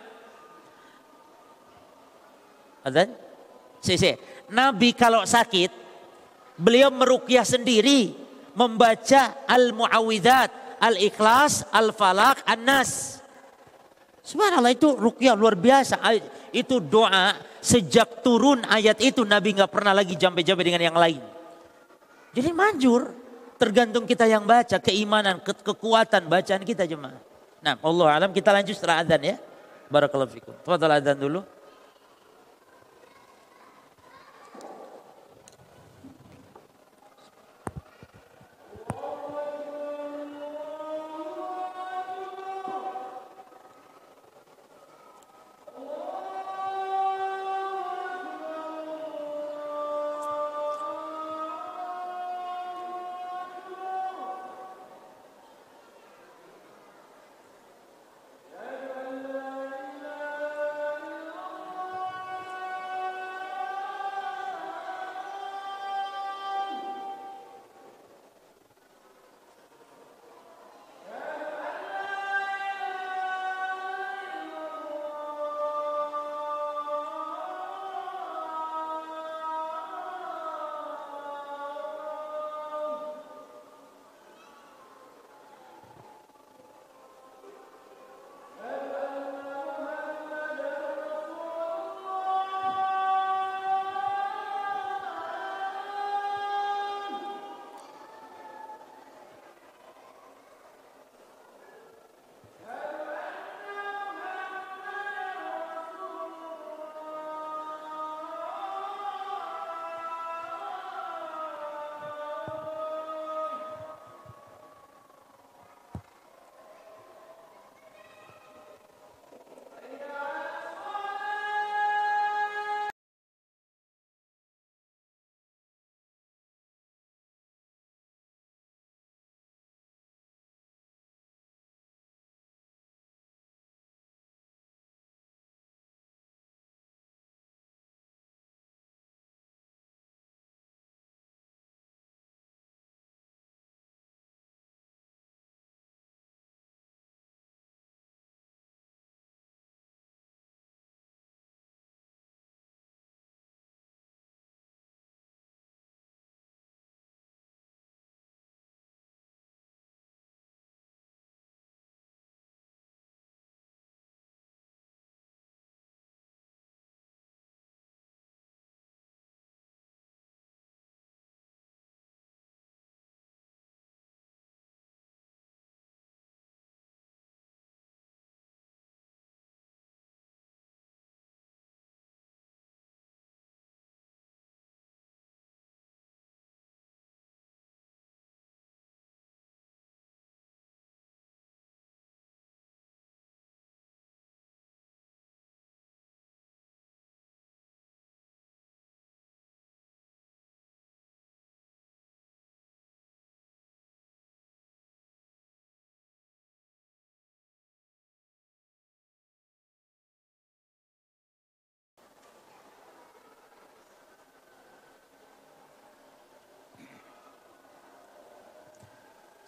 Adzan? Si, si. Nabi kalau sakit beliau meruqyah sendiri membaca al-muawwidzat, al-ikhlas, al-falaq, an-nas. Subhanallah itu ruqyah luar biasa. Itu doa sejak turun ayat itu Nabi enggak pernah lagi jampe-jampe dengan yang lain. Jadi manjur, tergantung kita yang baca, keimanan, ke kekuatan bacaan kita jemaah. Nah, Allah alam kita lanjut setelah adzan ya. Barakallahu fikum. Tafadhal adzan dulu.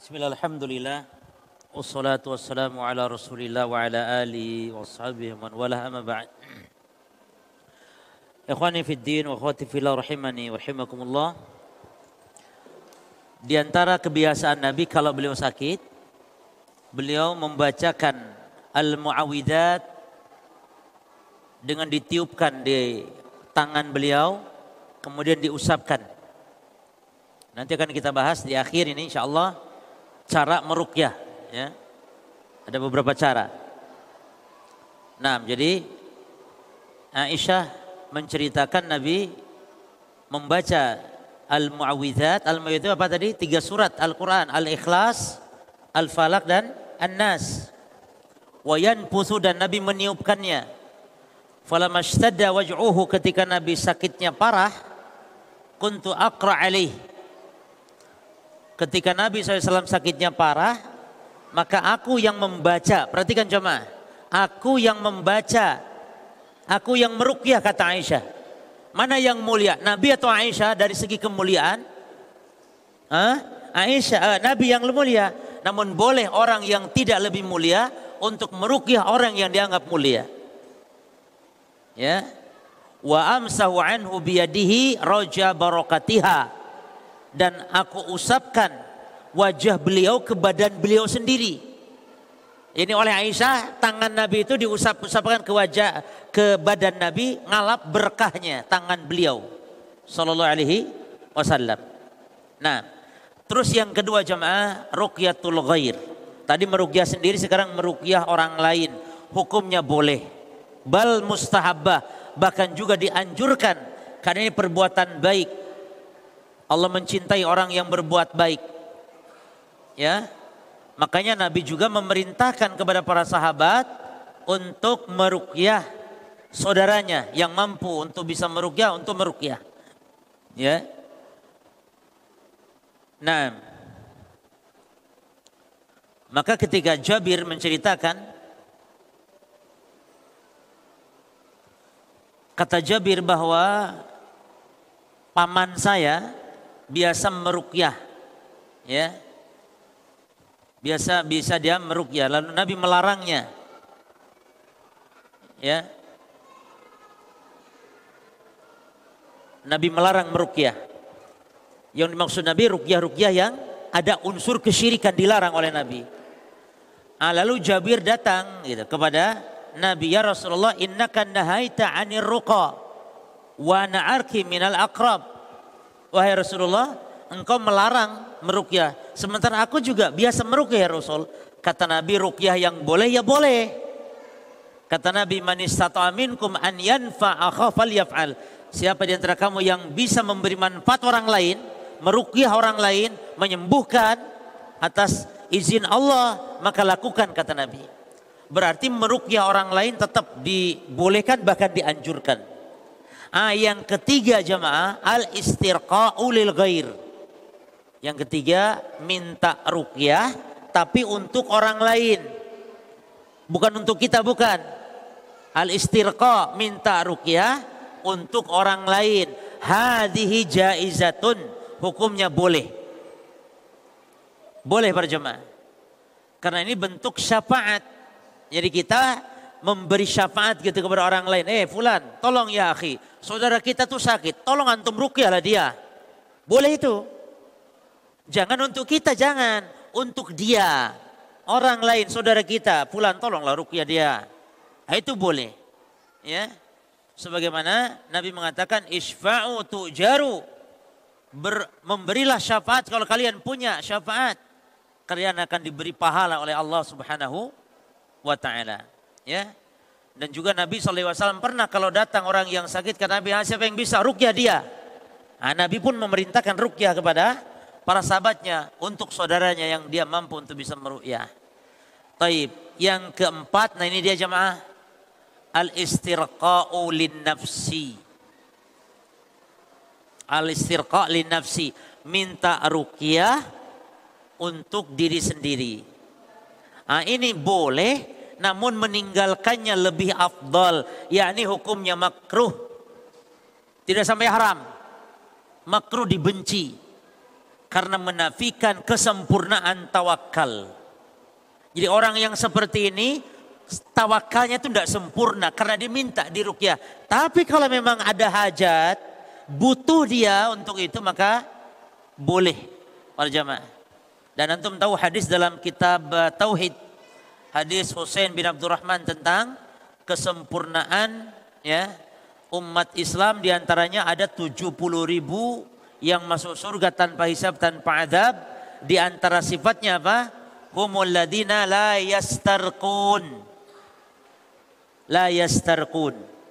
Bismillah, alhamdulillah. Wassalatu wassalamu ala rasulillah wa ala alihi wa sahbihi man wala amma ba'd. Ikhwani fid din wa akhwati fillah rahimani wa rahimakumullah. Di antara kebiasaan Nabi kalau beliau sakit, beliau membacakan al-mu'awwidzat dengan ditiupkan di tangan beliau, kemudian diusapkan. Nanti akan kita bahas di akhir ini insyaallah cara meruqyah, ya. Ada beberapa cara. Nah, jadi Aisyah menceritakan Nabi membaca al-mu'awwidzat. Al-mu'awwidzat apa tadi? Tiga surat Al-Quran. Al-Ikhlas, Al-Falaq dan An-Nas. Wa yanfuthu, dan Nabi meniupkannya. Falamashtadda waj'uhu, ketika Nabi sakitnya parah, kuntu aqra' alaih. Ketika Nabi shallallahu alaihi wasallam sakitnya parah, maka aku yang membaca. Perhatikan jemaah, aku yang membaca, aku yang meruqyah, kata Aisyah. Mana yang mulia, Nabi atau Aisyah dari segi kemuliaan? Hah? Aisyah, eh, Nabi yang mulia. Namun boleh orang yang tidak lebih mulia untuk meruqyah orang yang dianggap mulia. Ya. Wa amsahu anhu biyadihi raja barakatiha, dan aku usapkan wajah beliau ke badan beliau sendiri. Ini oleh Aisyah, tangan Nabi itu diusap-usapkan ke wajah, ke badan Nabi, ngalap berkahnya tangan beliau sallallahu alaihi wasallam. Nah, terus yang kedua jemaah, ruqyatul ghair. Tadi meruqyah sendiri, sekarang meruqyah orang lain. Hukumnya boleh, bal mustahabbah, bahkan juga dianjurkan karena ini perbuatan baik. Allah mencintai orang yang berbuat baik. Ya. Makanya Nabi juga memerintahkan kepada para sahabat untuk meruqyah saudaranya yang mampu untuk bisa meruqyah, untuk meruqyah. Ya. Nah, maka ketika Jabir menceritakan, kata Jabir bahwa paman saya biasa meruqyah, ya, biasa bisa dia meruqyah, lalu Nabi melarangnya, ya, Nabi melarang meruqyah. Yang dimaksud Nabi ruqyah-ruqyah yang ada unsur kesyirikan, dilarang oleh Nabi. Ah, lalu Jabir datang gitu kepada Nabi, ya Rasulullah, innaka nahaita 'anir ruqa wa na'arki minal aqrab. Wahai Rasulullah, engkau melarang meruqyah, sementara aku juga biasa meruqyah ya Rasul. Kata Nabi, ruqyah yang boleh ya boleh. Kata Nabi, man istata'a minkum an yanfa'a akhahu falyaf'al. Siapa di antara kamu yang bisa memberi manfaat orang lain, meruqyah orang lain, menyembuhkan atas izin Allah, maka lakukan, kata Nabi. Berarti meruqyah orang lain tetap dibolehkan, bahkan dianjurkan. Ah, yang ketiga jemaah, al-istirqa'u lil ghair. Yang ketiga, minta ruqyah tapi untuk orang lain. Bukan untuk kita, bukan. Al-istirqa', minta ruqyah untuk orang lain. Hadhihi jaizatun, hukumnya boleh. Boleh para jemaah. Karena ini bentuk syafaat. Jadi kita memberi syafaat gitu kepada orang lain. Eh fulan, tolong ya akhi, saudara kita tuh sakit, tolong antum ruqyahlah dia. Boleh itu. Jangan untuk kita, jangan. Untuk dia. Orang lain, saudara kita, fulan tolonglah ruqyah dia. Nah, itu boleh. Ya. Sebagaimana Nabi mengatakan, isfa'u tu'jaru. Ber, memberilah syafaat kalau kalian punya syafaat. Kalian akan diberi pahala oleh Allah Subhanahu wa ta'ala. Ya, dan juga Nabi shallallahu alaihi wasallam pernah kalau datang orang yang sakit, kata Nabi, siapa yang bisa ruqyah dia? Nah, Nabi pun memerintahkan ruqyah kepada para sahabatnya untuk saudaranya yang dia mampu untuk bisa meruqyah. Taib. Yang keempat, nah ini dia jemaah, al-istirqa'u lin nafsi. Al-istirqa' lin nafsi, minta ruqyah untuk diri sendiri. Nah, ini boleh, namun meninggalkannya lebih afdal, yakni hukumnya makruh, tidak sampai haram, makruh, dibenci. karena menafikan kesempurnaan tawakal. Jadi orang yang seperti ini tawakalnya itu tidak sempurna karena diminta diruqyah. Tapi kalau memang ada hajat, butuh dia untuk itu, maka boleh para jamaah. Dan antum tahu hadis dalam kitab Tauhid, hadis Husain bin Abdurrahman tentang kesempurnaan ya umat Islam, diantaranya ada tujuh puluh ribu yang masuk surga tanpa hisab, tanpa adab. Di antara sifatnya apa? Humul ladina la yastarqun. La yastarqun.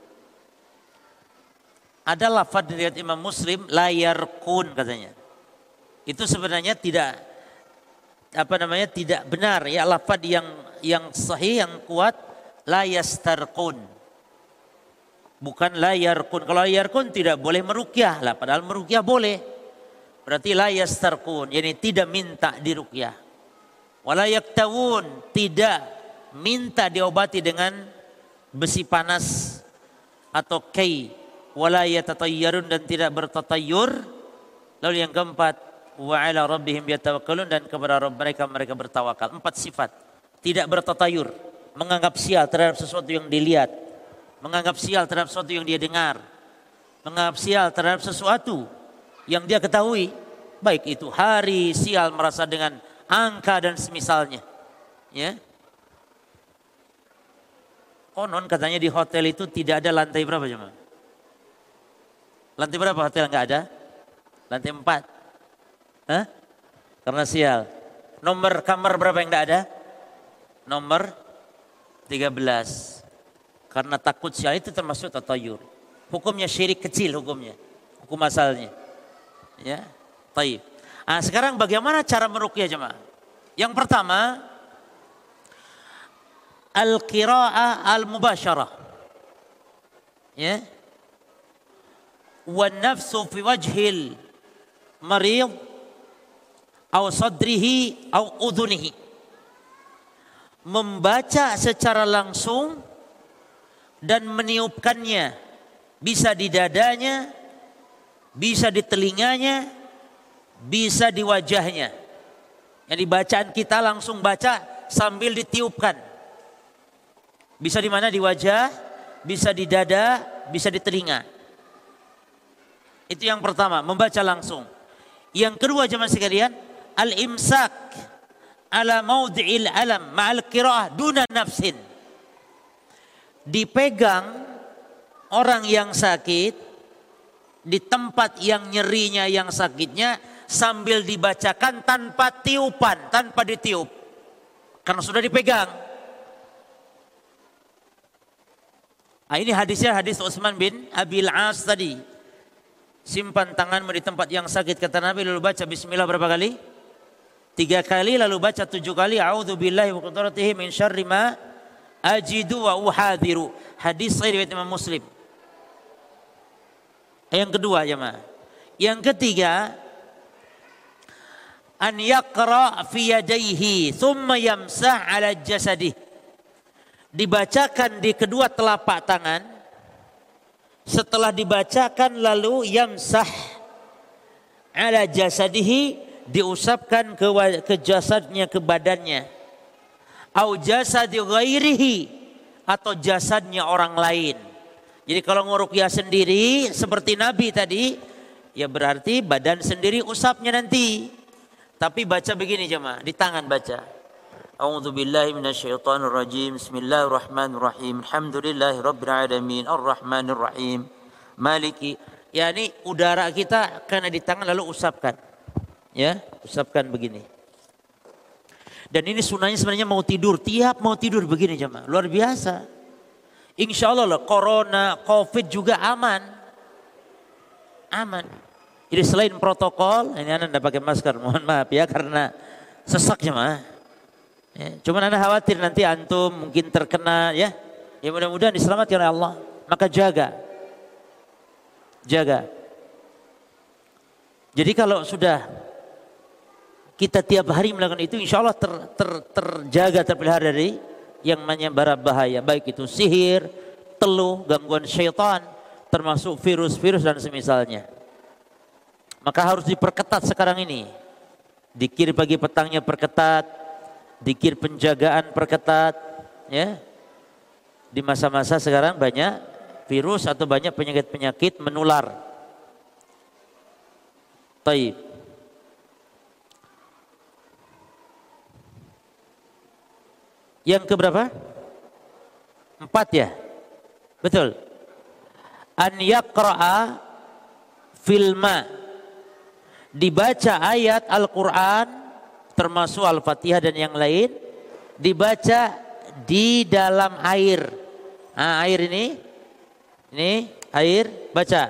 Ada lafaz riwayat Imam Muslim la yarqun katanya. Itu sebenarnya tidak apa namanya tidak benar ya, lafaz yang yang sahih yang kuat la yastarqun. Bukan la yarqun. Kalau la yarqun tidak boleh meruqyah lah, padahal meruqyah boleh. Berarti la yastarqun, yani tidak minta diruqyah. Wala yaktawun, tidak minta diobati dengan besi panas atau kai. Wala yatatayyarun, dan tidak bertatayyur. Lalu yang keempat, wa ala rabbihim yatawakkalun, dan kepada Rabb mereka mereka bertawakal. Empat sifat. Tidak bertatayur, menganggap sial terhadap sesuatu yang dilihat, menganggap sial terhadap sesuatu yang dia dengar, menganggap sial terhadap sesuatu yang dia ketahui, baik itu hari, sial merasa dengan angka dan semisalnya. Ya. Konon katanya di hotel itu tidak ada lantai berapa jemaah? Lantai berapa hotel enggak ada? Lantai empat. Hah? Karena sial. Nomor kamar berapa yang enggak ada? Nomor tiga belas. Karena takut sial, itu termasuk tatayur. Hukumnya syirik kecil hukumnya. Hukum asalnya. Ya. Taib. Nah, sekarang bagaimana cara meruqyah jemaah? Yang pertama, al-qira'ah al-mubasyarah. Ya. Wa nafsu fi wajhil marid au sadrihi au udhunihi. Membaca secara langsung dan meniupkannya, bisa di dadanya, bisa di telinganya, bisa di wajahnya. Yang dibacaan kita langsung baca sambil ditiupkan. Bisa di mana? Di wajah, bisa di dada, bisa di telinga. Itu yang pertama, membaca langsung. Yang kedua jemaah sekalian, al-imsak ala maudhi'il alam ma'al qira'ah duna nafsin. Dipegang orang yang sakit di tempat yang nyerinya, yang sakitnya, sambil dibacakan tanpa tiupan, tanpa ditiup. Karena sudah dipegang. Nah, ini hadisnya hadis Utsman bin Abil As tadi. Simpan tanganmu di tempat yang sakit, kata Nabi, lalu baca bismillah berapa kali? Tiga kali, lalu baca tujuh kali a'udzubillahi wa qudratihi min syarri ma ajidu wa uhadhiru. Hadis sahih riwayat Imam Muslim. Yang kedua jemaah. Yang ketiga, an yaqra fi yadayhi thumma yamsah ala jasadih. Dibacakan di kedua telapak tangan. Setelah dibacakan lalu yamsah ala jasadihi, diusapkan ke, ke jasadnya, ke badannya. Au jasadi ghairihi, atau jasadnya orang lain. Jadi kalau nguruqyah sendiri seperti Nabi tadi, ya berarti badan sendiri usapnya nanti. Tapi baca begini jemaah, di tangan baca. A'udzubillahi minasyaitonir rajim. Bismillahirrahmanirrahim. Alhamdulillahirabbil alamin arrahmanir rahim. Maliki. Ya, ini udara kita kena di tangan lalu usapkan. Ya, usapkan begini. Dan ini sunahnya sebenarnya mau tidur, tiap mau tidur begini jemaah. Luar biasa. Insya Allah lah, corona, covid juga aman. Aman. Jadi selain protokol, ini anda tidak pakai masker, mohon maaf ya karena sesak jemaah. Ya, cuman anda khawatir nanti antum mungkin terkena ya. Ya mudah-mudahan diselamatkan oleh Allah. Maka jaga. Jaga. Jadi kalau sudah kita tiap hari melakukan itu, insya Allah ter, ter, terjaga, terpelihara dari yang namanya bahaya. Baik itu sihir, teluh, gangguan syaitan, termasuk virus-virus dan semisalnya. Maka harus diperketat sekarang ini. Dikir pagi petangnya perketat, dikir penjagaan perketat, ya. Di masa-masa sekarang banyak virus atau banyak penyakit-penyakit menular. Taib. Yang keberapa? Empat ya? Betul. An yaqra'a filma. Dibaca ayat Al-Quran termasuk Al-Fatihah dan yang lain. Dibaca di dalam air. Nah, air ini. Ini air, baca.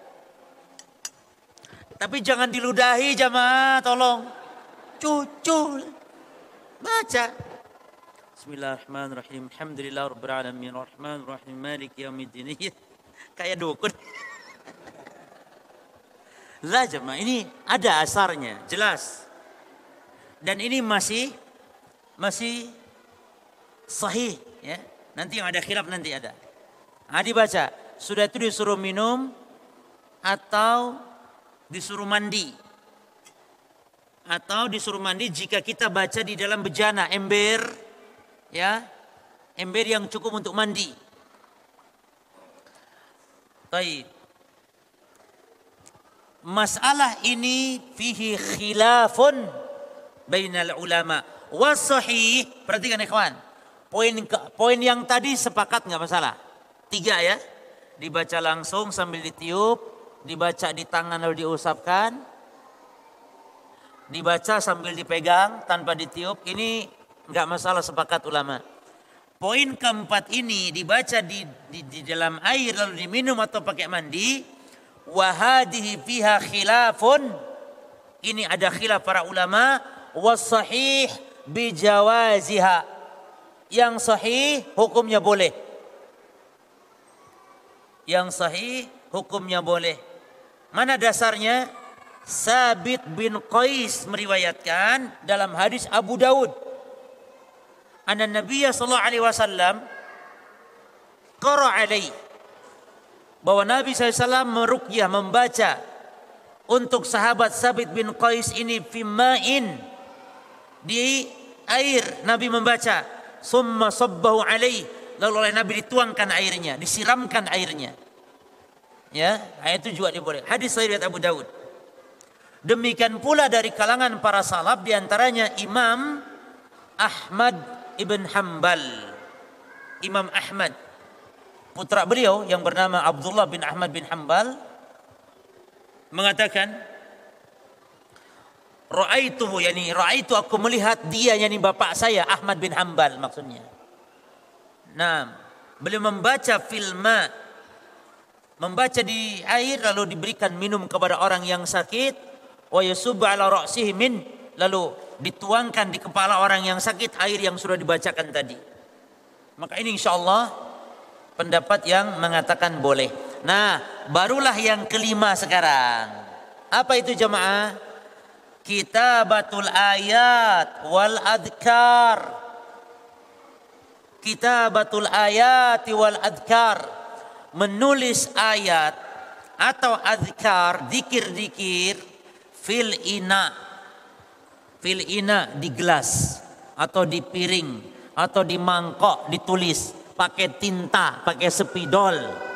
Tapi jangan diludahi jamaah, tolong. Cucu. Baca. Bismillahirrahmanirrahim. Alhamdulillah rabbil alamin arrahmanir rahim maliki yaumiddin. Kayak dukun. Lah jemaah, ini ada asarnya, jelas. Dan ini masih masih sahih ya. Nanti yang ada khilaf nanti ada. Nah, dibaca. Sudah itu disuruh minum atau disuruh mandi. Atau disuruh mandi jika kita baca di dalam bejana, ember. Ya, ember yang cukup untuk mandi. Baik. Masalah ini fihi khilafun bainal ulama. Wasahih, perhatikan ikhwan. Poin poin yang tadi sepakat nggak masalah. Tiga ya. Dibaca langsung sambil ditiup, dibaca di tangan lalu diusapkan, dibaca sambil dipegang tanpa ditiup. Ini enggak masalah, sepakat ulama. Poin keempat ini dibaca di, di, di dalam air lalu diminum atau pakai mandi. Wahadihi fiha khilafun. Ini ada khilaf para ulama. Wasahih bijawaziha. Yang sahih hukumnya boleh. Yang sahih hukumnya boleh. Mana dasarnya? Sabit bin Qais meriwayatkan dalam hadis Abu Daud. Anna Nabiya sallallahu alaihi wasallam qara alaihi, bahwa Nabi sallallahu alaihi wasallam meruqyah, membaca untuk sahabat Sabit bin Qais ini fimma'in, di air Nabi membaca, summa sabbahu alaihi, lalu oleh Nabi dituangkan airnya, disiramkan airnya. Ya, ayat itu juga diboleh. Hadis sahih riwayat Abu Daud. Demikian pula dari kalangan para salaf, di antaranya Imam Ahmad Ibn Hanbal. Imam Ahmad, putra beliau yang bernama Abdullah bin Ahmad bin Hanbal, mengatakan, Ra'aituhu, yani ra'aitu, aku melihat dia, yani bapak saya Ahmad bin Hanbal maksudnya. Nah, beliau membaca filma, membaca di air lalu diberikan minum kepada orang yang sakit, wa yusubbu ala ra'sihi min, lalu dituangkan di kepala orang yang sakit air yang sudah dibacakan tadi. Maka ini insyaallah pendapat yang mengatakan boleh. Nah, barulah yang kelima sekarang. Apa itu jamaah? Kitabatul ayat wal adhkar. Kitabatul ayat wal adhkar. Menulis ayat atau adhkar, dikir-dikir, fil ina. Fil ina, di gelas atau di piring atau di mangkok, ditulis pakai tinta, pakai spidol.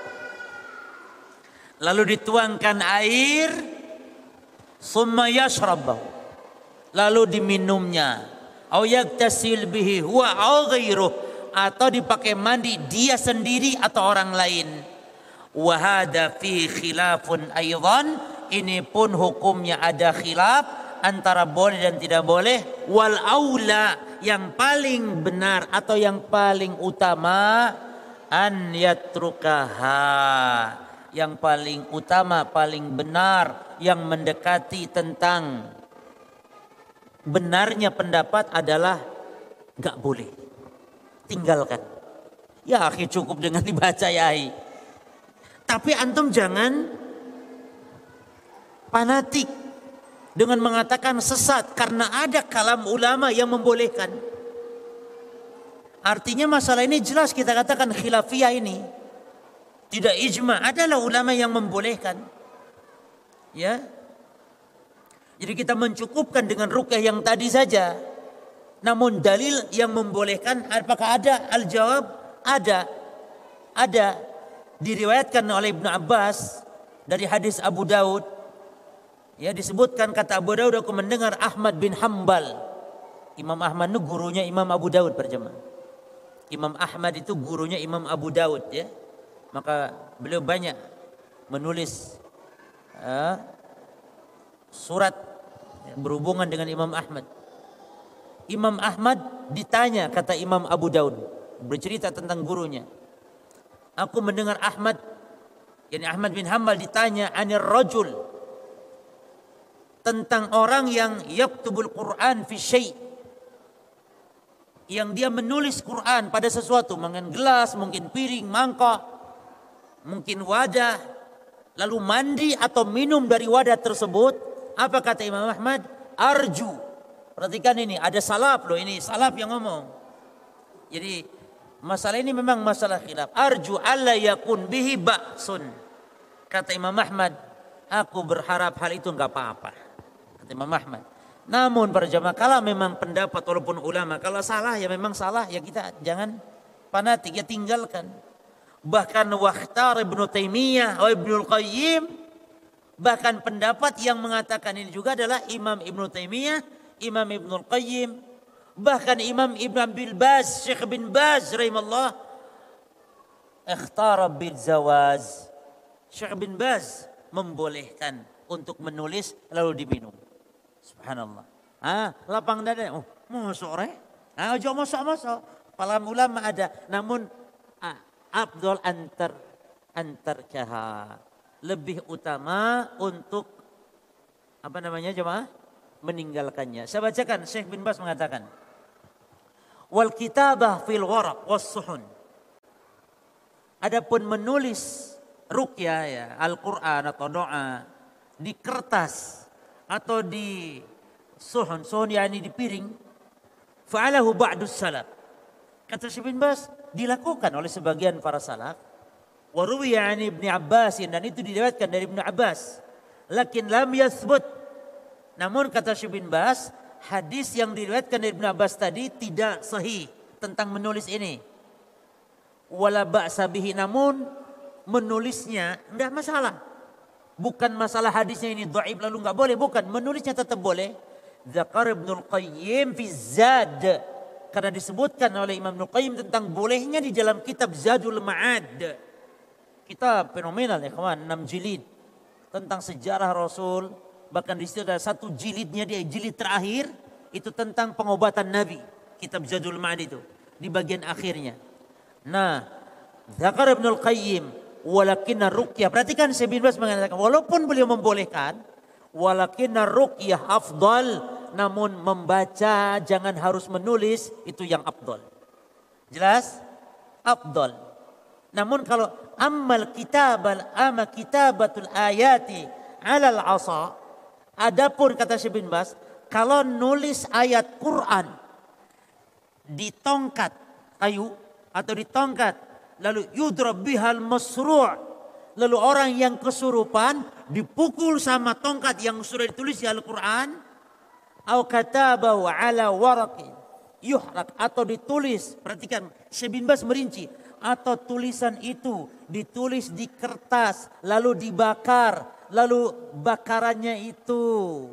Lalu dituangkan air, summa yashrabahu, lalu diminumnya. Au yaktasil bihi huwa au ghairuh, atau dipakai mandi dia sendiri atau orang lain. Wa hadza fi khilafun aidan, ini pun hukumnya ada khilaf antara boleh dan tidak boleh. Wal aula, yang paling benar atau yang paling utama, an yatrukaha, yang paling utama, paling benar, yang mendekati tentang benarnya pendapat adalah enggak boleh, tinggalkan. Ya akhi, cukup dengan dibaca ya akhi. Tapi antum jangan fanatik dengan mengatakan sesat, karena ada kalam ulama yang membolehkan. Artinya masalah ini jelas kita katakan khilafiyah ini. Tidak ijma, adalah ulama yang membolehkan. Ya. Jadi kita mencukupkan dengan ruqyah yang tadi saja. Namun dalil yang membolehkan apakah ada? Al-jawab ada. Ada. Diriwayatkan oleh Ibnu Abbas dari hadis Abu Daud. Ya, disebutkan kata Abu Daud, aku mendengar Ahmad bin Hambal. Imam Ahmad itu gurunya Imam Abu Daud berjemaah. Imam Ahmad itu gurunya Imam Abu Daud ya. Maka beliau banyak menulis uh, surat berhubungan dengan Imam Ahmad. Imam Ahmad ditanya, kata Imam Abu Daud, bercerita tentang gurunya. Aku mendengar Ahmad, yani Ahmad bin Hambal ditanya anir rajul, tentang orang yang yaktubul Quran fi syai', yang dia menulis Quran pada sesuatu, mungkin gelas, mungkin piring, mangkok, mungkin wadah, lalu mandi atau minum dari wadah tersebut. Apa kata Imam Ahmad? Arju. Perhatikan ini, ada salaf loh, ini salaf yang ngomong. Jadi masalah ini memang masalah khilaf. Arju alla yakun bihi ba'sun. Kata Imam Ahmad, aku berharap hal itu enggak apa-apa. Kata Imam Ahmad. Namun para jamaah, kalau memang pendapat walaupun ulama, kalau salah ya memang salah, ya kita jangan fanatik, ya tinggalkan. Bahkan Wakhtar Ibnu Taimiyah atau Ibnu Qayyim, bahkan pendapat yang mengatakan ini juga adalah Imam Ibnu Taimiyah, Imam Ibnu Qayyim, bahkan Imam Ibnu Abdul Baz, Syekh bin Baz rahimallah, ikhtara bil zawaz. Syekh bin Baz membolehkan untuk menulis lalu diminum. Subhanallah. Ah, lapang dada. Oh, masuk re? Ah, ojo masuk-masuk. Para ulama ada, namun ah, afdal antar antar kaha. Lebih utama untuk apa namanya jemaah? Meninggalkannya. Saya bacakan, Syekh bin Baz mengatakan, wal kitabah fil waraq was suhun. Adapun menulis ruqyah ya, Al-Qur'an atau doa di kertas atau di suhun, suhun yakni di piring, fa'alahu ba'dus salaf. Kata Syekh bin Baz, dilakukan oleh sebagian para salaf. Wa ruwiya an Ibnu Abbas, dan itu diriwayatkan dari Ibnu Abbas. Lakin lam yathbut. Namun kata Syekh bin Baz, hadis yang diriwayatkan dari Ibnu Abbas tadi tidak sahih tentang menulis ini. Wala ba'sa bihi, namun menulisnya enggak masalah. Bukan masalah hadisnya ini dhaif lalu enggak boleh, bukan, menulisnya tetap boleh. Dzakar Ibnu Qayyim fi Zad, karena disebutkan oleh Imam Ibnu Qayyim tentang bolehnya di dalam kitab Zadul Ma'ad. Kitab fenomenal ya kawan, enam jilid tentang sejarah Rasul. Bahkan di situ ada satu jilidnya, dia jilid terakhir itu tentang pengobatan Nabi. Kitab Zadul Ma'ad itu di bagian akhirnya. Nah, Dzakar Ibnu Qayyim walakinna ruqyah. Perhatikan Syekh bin Baz mengatakan walaupun beliau membolehkan, walakinna ruqyah afdal, namun membaca jangan harus menulis itu yang afdal. Jelas? Afdal. Namun kalau ammal kitabal ama kitabatul ayati alal asa, adapun kata Syekh bin Baz, kalau nulis ayat Quran di tongkat kayu atau di tongkat, lalu yudrab bihal masru', lalu orang yang kesurupan dipukul sama tongkat yang sudah ditulis di Al-Quran, au katabahu ala waraqin yuhraq, atau ditulis, perhatikan Syekh bin Baz merinci, atau tulisan itu ditulis di kertas lalu dibakar, lalu bakarannya itu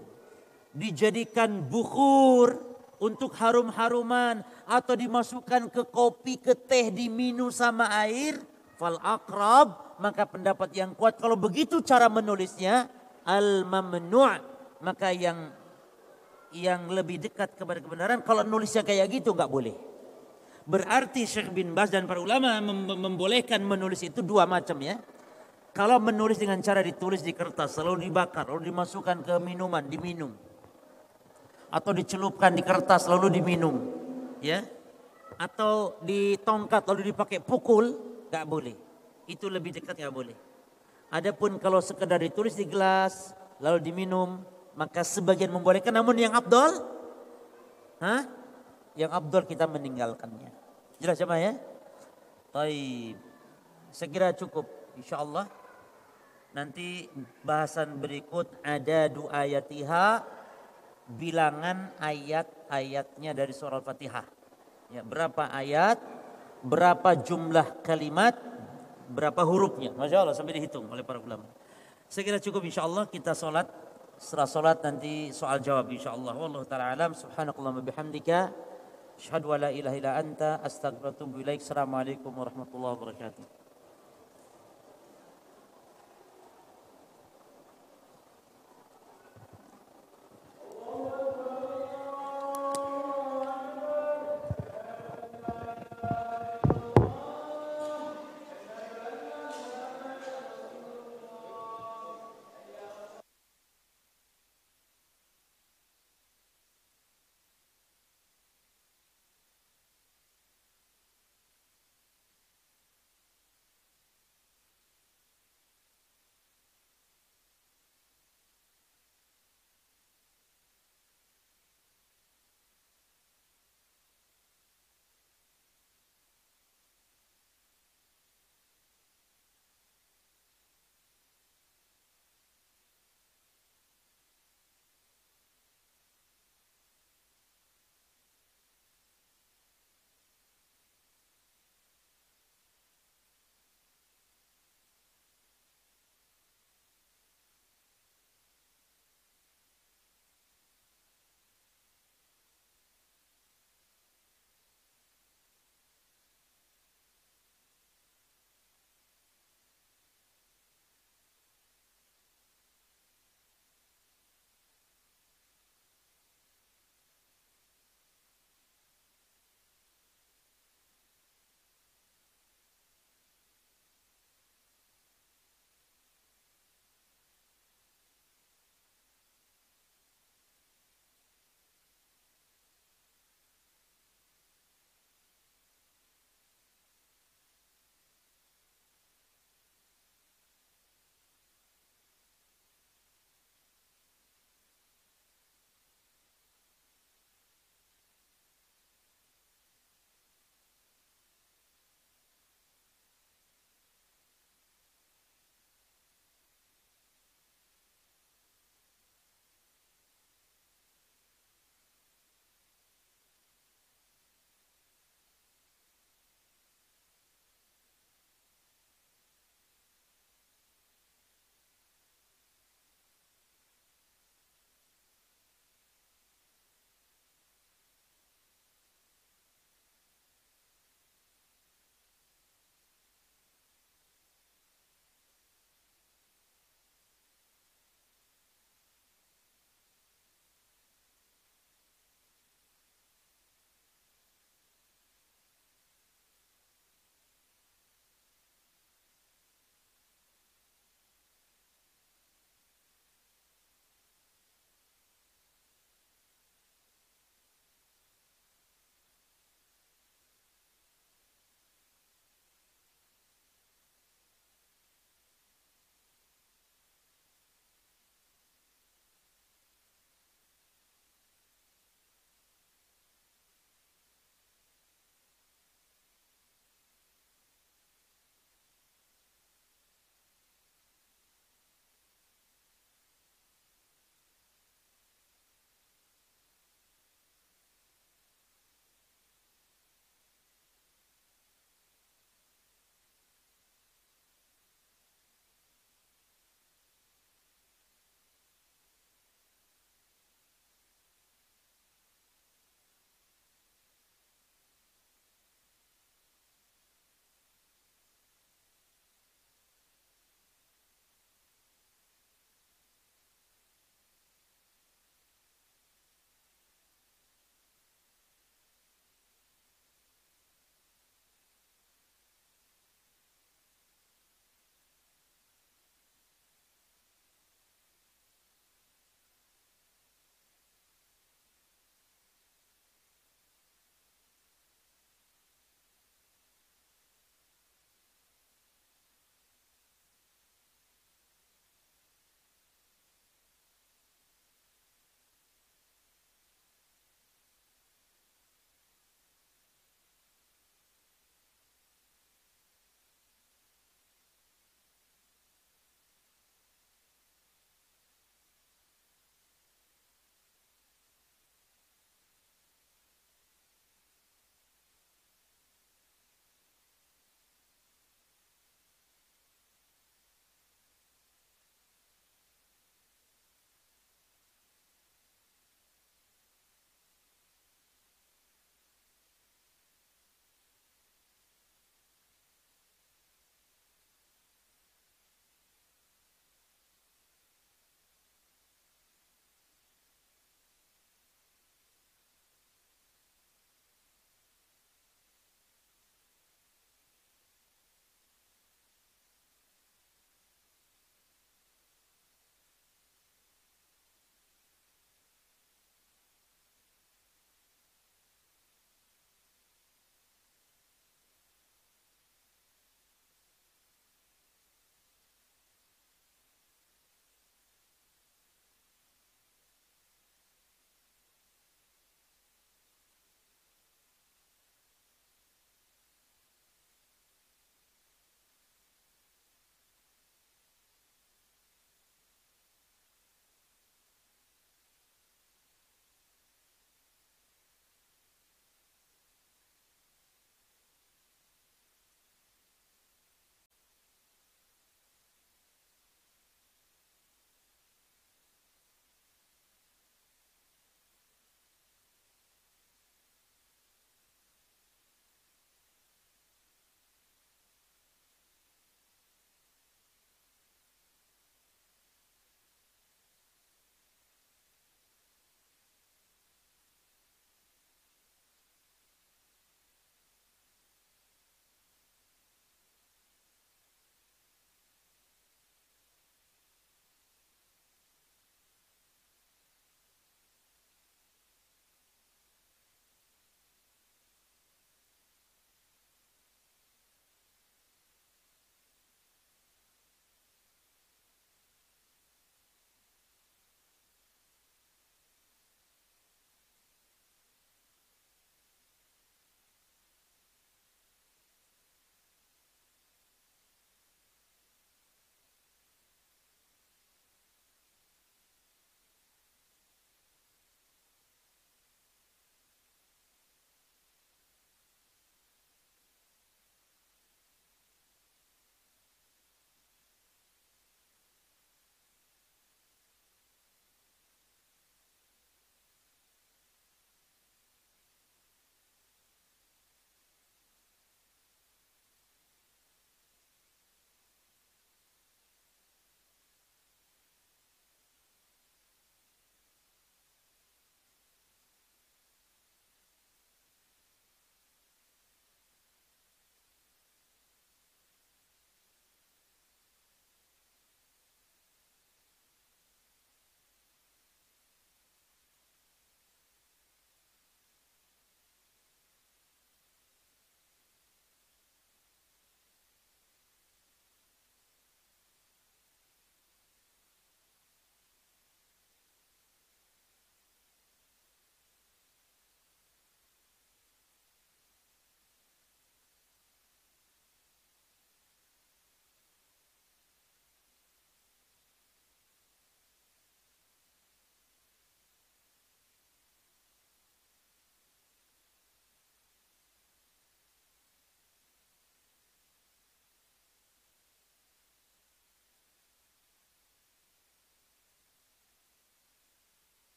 dijadikan bukhur untuk harum-haruman, atau dimasukkan ke kopi, ke teh, diminum sama air, fal aqrab, maka pendapat yang kuat kalau begitu cara menulisnya al mamnu', maka yang yang lebih dekat kepada kebenaran kalau nulisnya kayak gitu enggak boleh. Berarti Syekh bin Baz dan para ulama mem- membolehkan menulis itu dua macam ya. Kalau menulis dengan cara ditulis di kertas lalu dibakar, lalu dimasukkan ke minuman, diminum, atau dicelupkan di kertas lalu diminum, ya, atau di tongkat lalu dipakai pukul, nggak boleh. Itu lebih dekat nggak boleh. Adapun kalau sekedar ditulis di gelas lalu diminum, maka sebagian membolehkan. Namun yang afdal, hah? Yang afdal kita meninggalkannya. Jelas jemaah ya? Baik, saya kira cukup, insya Allah. Nanti bahasan berikut ada dua ayatiha, bilangan ayat-ayatnya dari surah Al-Fatihah. Ya, berapa ayat, berapa jumlah kalimat, berapa hurufnya. Masya Allah sampai dihitung oleh para ulama. Saya kira cukup insyaallah kita salat. Setelah salat nanti soal jawab insyaallah. Wallahu taala alam. Subhanakallahumma bihamdika asyhadu an la ilaha illa anta astaghfiruka wa atubu ilaik. Assalamualaikum warahmatullahi wabarakatuh.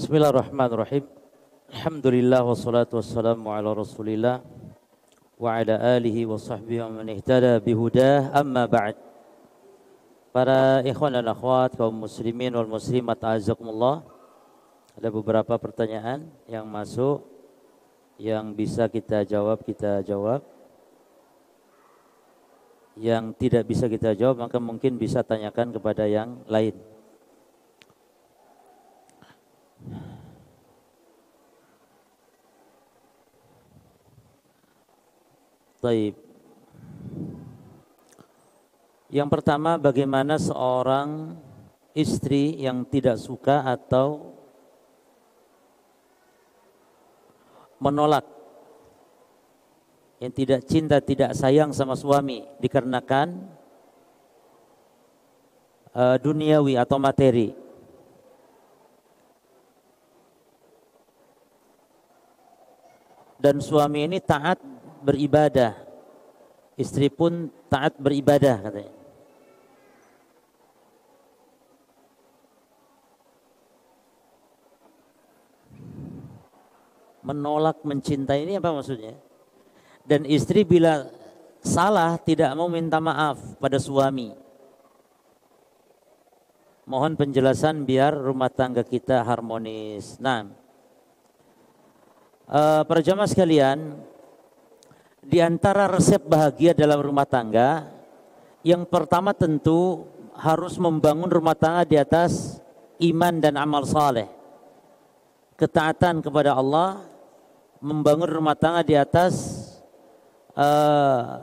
Bismillahirrahmanirrahim. Alhamdulillah wassalatu wassalamu ala Rasulillah wa ala alihi wa sahbihi wa man ihtada bihudah, amma ba'd. Para ikhwan dan akhwat kaum muslimin wal muslimat azakumullah. Ada beberapa pertanyaan yang masuk yang bisa kita jawab, kita jawab. Yang tidak bisa kita jawab maka mungkin bisa tanyakan kepada yang lain. Baik. Yang pertama, bagaimana seorang istri yang tidak suka atau menolak, yang tidak cinta, tidak sayang sama suami dikarenakan uh, duniawi atau materi. Dan suami ini taat beribadah, istri pun taat beribadah katanya. Menolak mencintai ini apa maksudnya? Dan istri bila salah tidak mau minta maaf pada suami. Mohon penjelasan biar rumah tangga kita harmonis. Nah, uh, para jamaah sekalian, di antara resep bahagia dalam rumah tangga, yang pertama tentu harus membangun rumah tangga di atas iman dan amal saleh. Ketaatan kepada Allah, membangun rumah tangga di atas uh,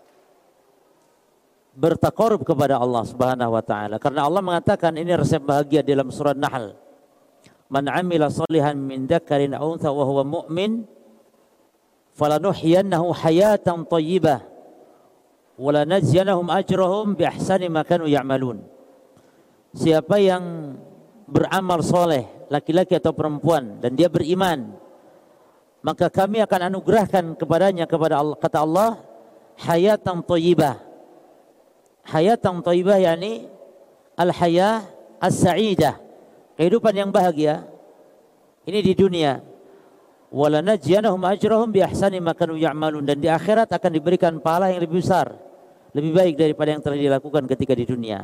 bertakarub kepada Allah Subhanahu wa taala. Karena Allah mengatakan ini resep bahagia dalam surah Nahl. Man 'amila shalihan min dzakarin aw untha wa huwa mu'min falanuhyiyannahu hayatan thayyibah wa lanajziyannahum ajrahum bi ahsani ma kanu ya'malun. Siapa yang beramal soleh, laki-laki atau perempuan, dan dia beriman, maka kami akan anugerahkan kepadanya, kepada Allah, kata Allah, hayatan thayyibah. Hayatan thayyibah yakni al-hayah as-sa'idah, kehidupan yang bahagia ini di dunia. Wala najziyanahum ajrahum bi ahsani ma kanu ya'malun, dan di akhirat akan diberikan pahala yang lebih besar, lebih baik daripada yang telah dilakukan ketika di dunia.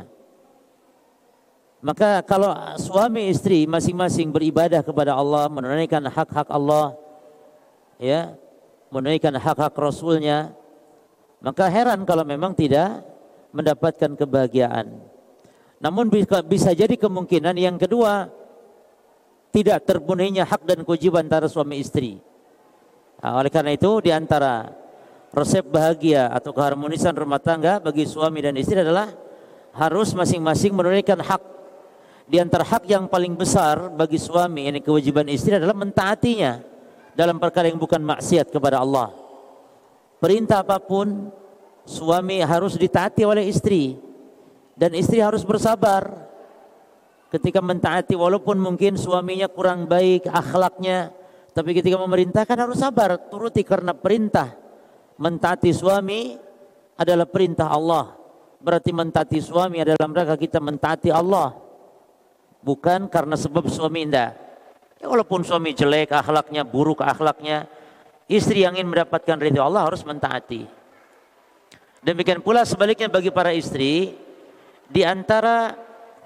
Maka kalau suami istri masing-masing beribadah kepada Allah, menunaikan hak-hak Allah, ya, menunaikan hak-hak Rasulnya, maka heran kalau memang tidak mendapatkan kebahagiaan. Namun bisa jadi kemungkinan yang kedua, tidak terpenuhinya hak dan kewajiban antara suami istri. Nah, oleh karena itu di antara resep bahagia atau keharmonisan rumah tangga bagi suami dan istri adalah harus masing-masing menunaikan hak. Di antara hak yang paling besar bagi suami, ini kewajiban istri, adalah mentaatinya dalam perkara yang bukan maksiat kepada Allah. Perintah apapun suami harus ditaati oleh istri, dan istri harus bersabar ketika mentaati, walaupun mungkin suaminya kurang baik akhlaknya, tapi ketika memerintahkan harus sabar, turuti, karena perintah mentaati suami adalah perintah Allah. Berarti mentaati suami adalah rangka kita mentaati Allah, bukan karena sebab suami indah. Ya, walaupun suami jelek akhlaknya, buruk akhlaknya, istri yang ingin mendapatkan ridha Allah harus mentaati. Demikian pula sebaliknya bagi para istri, di antara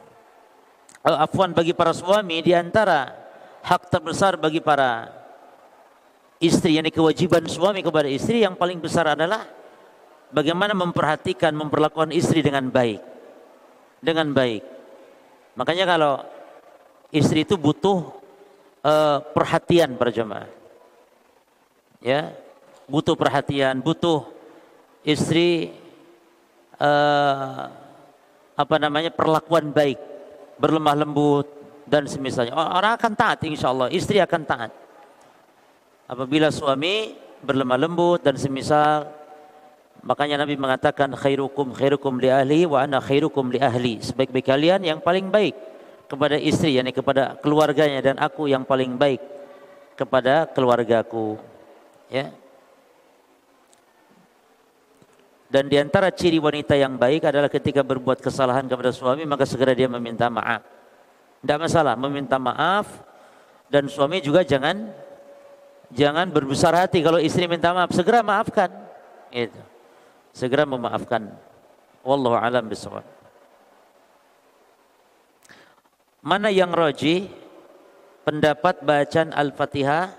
uh, afwan bagi para suami, di antara hak terbesar bagi para istri, yakni kewajiban suami kepada istri yang paling besar adalah bagaimana memperhatikan, memperlakukan istri dengan baik. Dengan baik. Makanya kalau istri itu butuh uh, perhatian para jemaah. Ya, butuh perhatian, butuh istri uh, apa namanya perlakuan baik, berlemah lembut dan semisalnya. Orang akan taat, insya Allah istri akan taat apabila suami berlemah lembut dan semisal. Makanya Nabi mengatakan khairukum khairukum li ahli wa ana khairukum li ahli. Sebaik-baik kalian yang paling baik kepada istri, yakni kepada keluarganya, dan aku yang paling baik kepada keluargaku. Ya. Dan di antara ciri wanita yang baik adalah ketika berbuat kesalahan kepada suami, maka segera dia meminta maaf. Tidak masalah meminta maaf Dan suami juga jangan jangan berbesar hati kalau istri minta maaf, segera maafkan. Itu. Segera memaafkan. Wallahu a'lam bishawab. Mana yang roji? Pendapat bacaan Al-Fatihah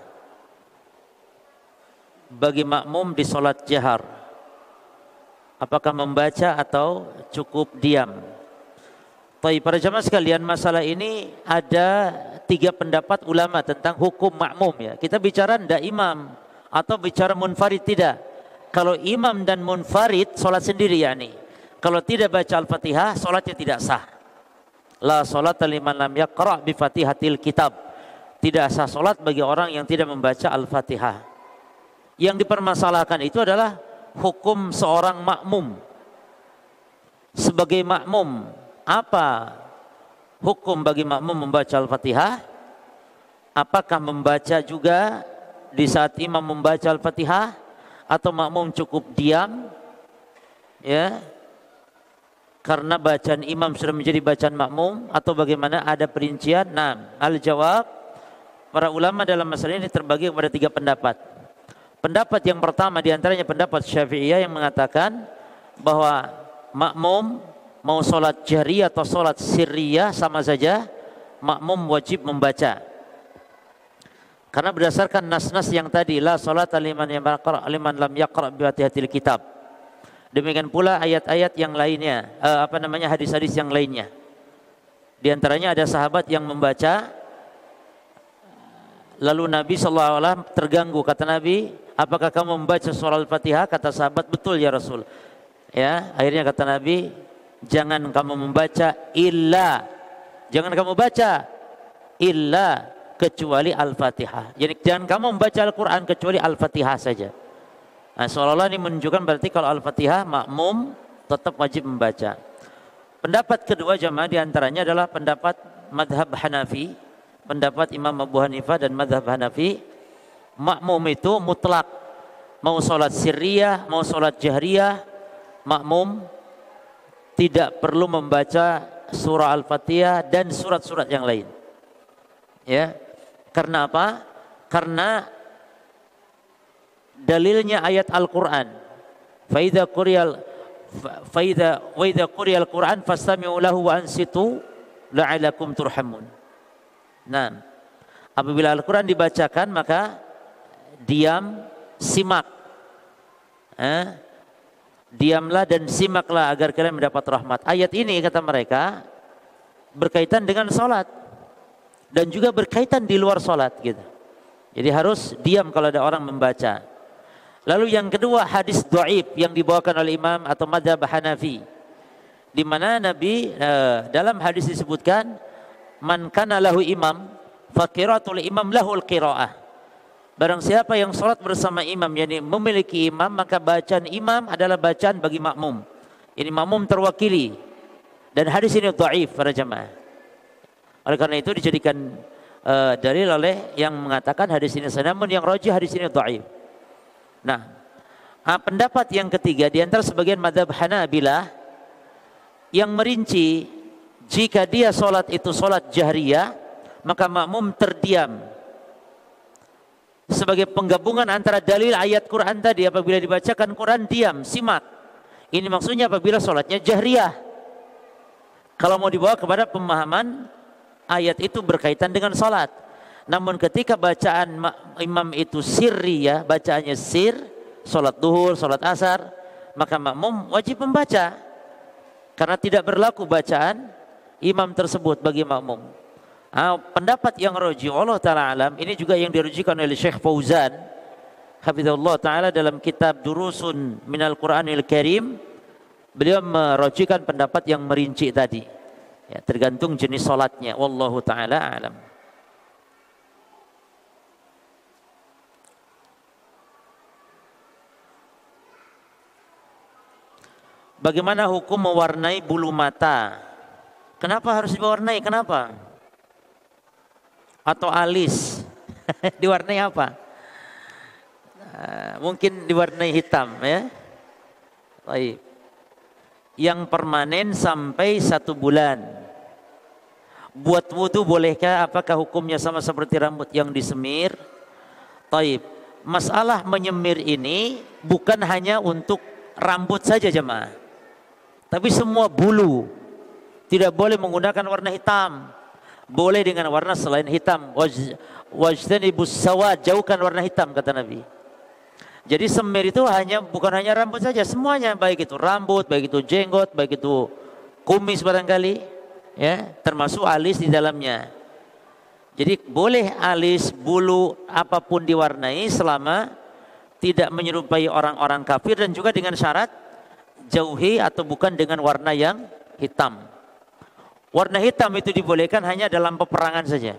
bagi makmum di salat jahar. Apakah membaca atau cukup diam? Baik, para jamaah sekalian, masalah ini ada tiga pendapat ulama tentang hukum makmum ya. Kita bicara ndak imam atau bicara munfarid tidak. Kalau imam dan munfarid salat sendiri ya nih. Kalau tidak baca Al-Fatihah, salatnya tidak sah. La salata liman lam yaqra' bi Fatihatil kitab. Tidak sah salat bagi orang yang tidak membaca Al-Fatihah. Yang dipermasalahkan itu adalah hukum seorang makmum. Sebagai makmum, apa hukum bagi makmum membaca Al-Fatihah? Apakah membaca juga di saat imam membaca Al-Fatihah atau makmum cukup diam? Ya. Karena bacaan imam sudah menjadi bacaan makmum atau bagaimana, ada perincian? Nah, al-jawab, para ulama dalam masalah ini terbagi kepada tiga pendapat. Pendapat yang pertama diantaranya pendapat Syafi'iyah yang mengatakan bahwa makmum mau sholat jahriyah atau sholat sirriyah sama saja, makmum wajib membaca. Karena berdasarkan nas-nas yang tadi, la sholata liman liman lam yaqra' bi Fatihatil kitab. Demikian pula ayat-ayat yang lainnya, eh, apa namanya hadis-hadis yang lainnya. Di antaranya ada sahabat yang membaca, lalu Nabi shallallahu alaihi wasallam terganggu. Kata Nabi, apakah kamu membaca surah Al-Fatihah? Kata sahabat, betul ya Rasul. Ya, akhirnya kata Nabi, jangan kamu membaca illa, jangan kamu baca illa kecuali Al-Fatihah. Jadi jangan kamu membaca Al-Quran kecuali Al-Fatihah saja. Nah, seolah-olah ini menunjukkan berarti kalau Al-Fatihah makmum tetap wajib membaca. Pendapat kedua jamaah diantaranya adalah pendapat madhab Hanafi, pendapat Imam Abu Hanifah dan madhab Hanafi. Makmum itu mutlak, mau sholat sirriyah, mau sholat jahriyah, makmum tidak perlu membaca surah Al-Fatihah dan surat-surat yang lain. Ya, karena apa? Karena dalilnya ayat Al-Quran. Faida quriyal faida wa idza quriyal Quran fastami'u lahu wa ansitu la'alakum turhamun. Nah, apabila Al-Quran dibacakan maka diam, simak. Eh? Diamlah dan simaklah agar kalian mendapat rahmat. Ayat ini kata mereka berkaitan dengan salat dan juga berkaitan di luar salat gitu. Jadi harus diam kalau ada orang membaca. Lalu yang kedua, hadis dhaif yang dibawakan oleh imam atau madhab Hanafi, di mana Nabi uh, dalam hadis disebutkan man kana lahu imam fa qiraatul imam lahul qiraah. Barang siapa yang salat bersama imam, yakni memiliki imam, maka bacaan imam adalah bacaan bagi makmum. Ini makmum terwakili. Dan hadis ini dhaif para jemaah. Oleh karena itu dijadikan uh, dalil oleh yang mengatakan hadis ini sahih, namun yang rajih hadis ini dhaif. Nah, pendapat yang ketiga di antara sebagian mazhab Hanabilah yang merinci jika dia solat itu solat jahriyah maka makmum terdiam sebagai penggabungan antara dalil ayat Quran tadi. Apabila dibacakan Quran diam, simak. Ini maksudnya apabila solatnya jahriyah. Kalau mau dibawa kepada pemahaman ayat itu berkaitan dengan solat. Namun ketika bacaan imam itu sirri, ya, bacaannya sir, solat duhur, solat asar, maka makmum wajib membaca. Karena tidak berlaku bacaan imam tersebut bagi makmum. Nah, pendapat yang rajih Allah Ta'ala alam, ini juga yang dirujukan oleh Syekh Fauzan hafizahullah Ta'ala dalam kitab Durusun Minal Quranil Karim. Beliau merujukkan pendapat yang merinci tadi, ya, tergantung jenis solatnya. Wallahu Ta'ala alam. Bagaimana hukum mewarnai bulu mata? Kenapa harus diwarnai? Kenapa? Atau alis? Diwarnai apa? Nah, mungkin diwarnai hitam, ya. Baik. Yang permanen sampai satu bulan. Buat wudu bolehkah? Apakah hukumnya sama seperti rambut yang disemir? Taib. Masalah menyemir ini bukan hanya untuk rambut saja jemaah, tapi semua bulu. Tidak boleh menggunakan warna hitam. Boleh dengan warna selain hitam. Wajtanibus sawad, jauhkan warna hitam kata Nabi. Jadi semir itu hanya bukan hanya rambut saja, semuanya, baik itu rambut, baik itu jenggot, baik itu kumis barangkali, ya, termasuk alis di dalamnya. Jadi boleh alis, bulu, apapun diwarnai selama tidak menyerupai orang-orang kafir, dan juga dengan syarat jauhi atau bukan dengan warna yang hitam. Warna hitam itu dibolehkan hanya dalam peperangan saja.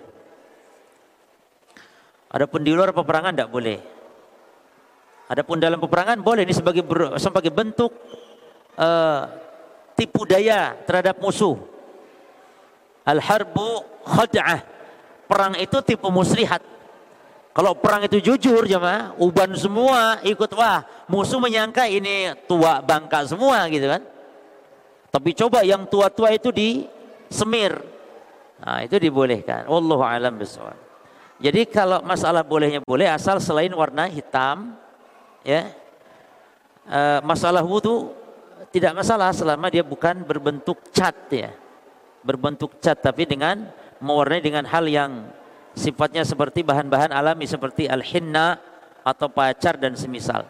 Adapun di luar peperangan tidak boleh. Adapun dalam peperangan boleh. Ini sebagai ber, sebagai bentuk uh, tipu daya terhadap musuh. Al-harbu khad'ah. Perang itu tipu muslihat. Kalau perang itu jujur jemaah, uban semua ikut, wah musuh menyangka ini tua bangka semua gitu kan. Tapi coba yang tua-tua itu di semir, nah itu dibolehkan. Wallahu a'lam bishawab. Jadi kalau masalah bolehnya boleh asal selain warna hitam, ya. E, masalah wudu tidak masalah selama dia bukan berbentuk cat, ya, berbentuk cat, tapi dengan mewarnai dengan hal yang sifatnya seperti bahan-bahan alami seperti al-hinna atau pacar dan semisal.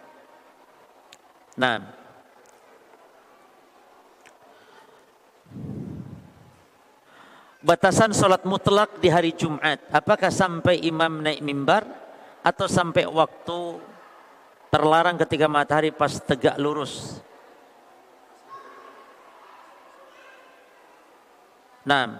Nah, batasan sholat mutlak di hari Jumat, apakah sampai imam naik mimbar atau sampai waktu terlarang ketika matahari pas tegak lurus? Nah,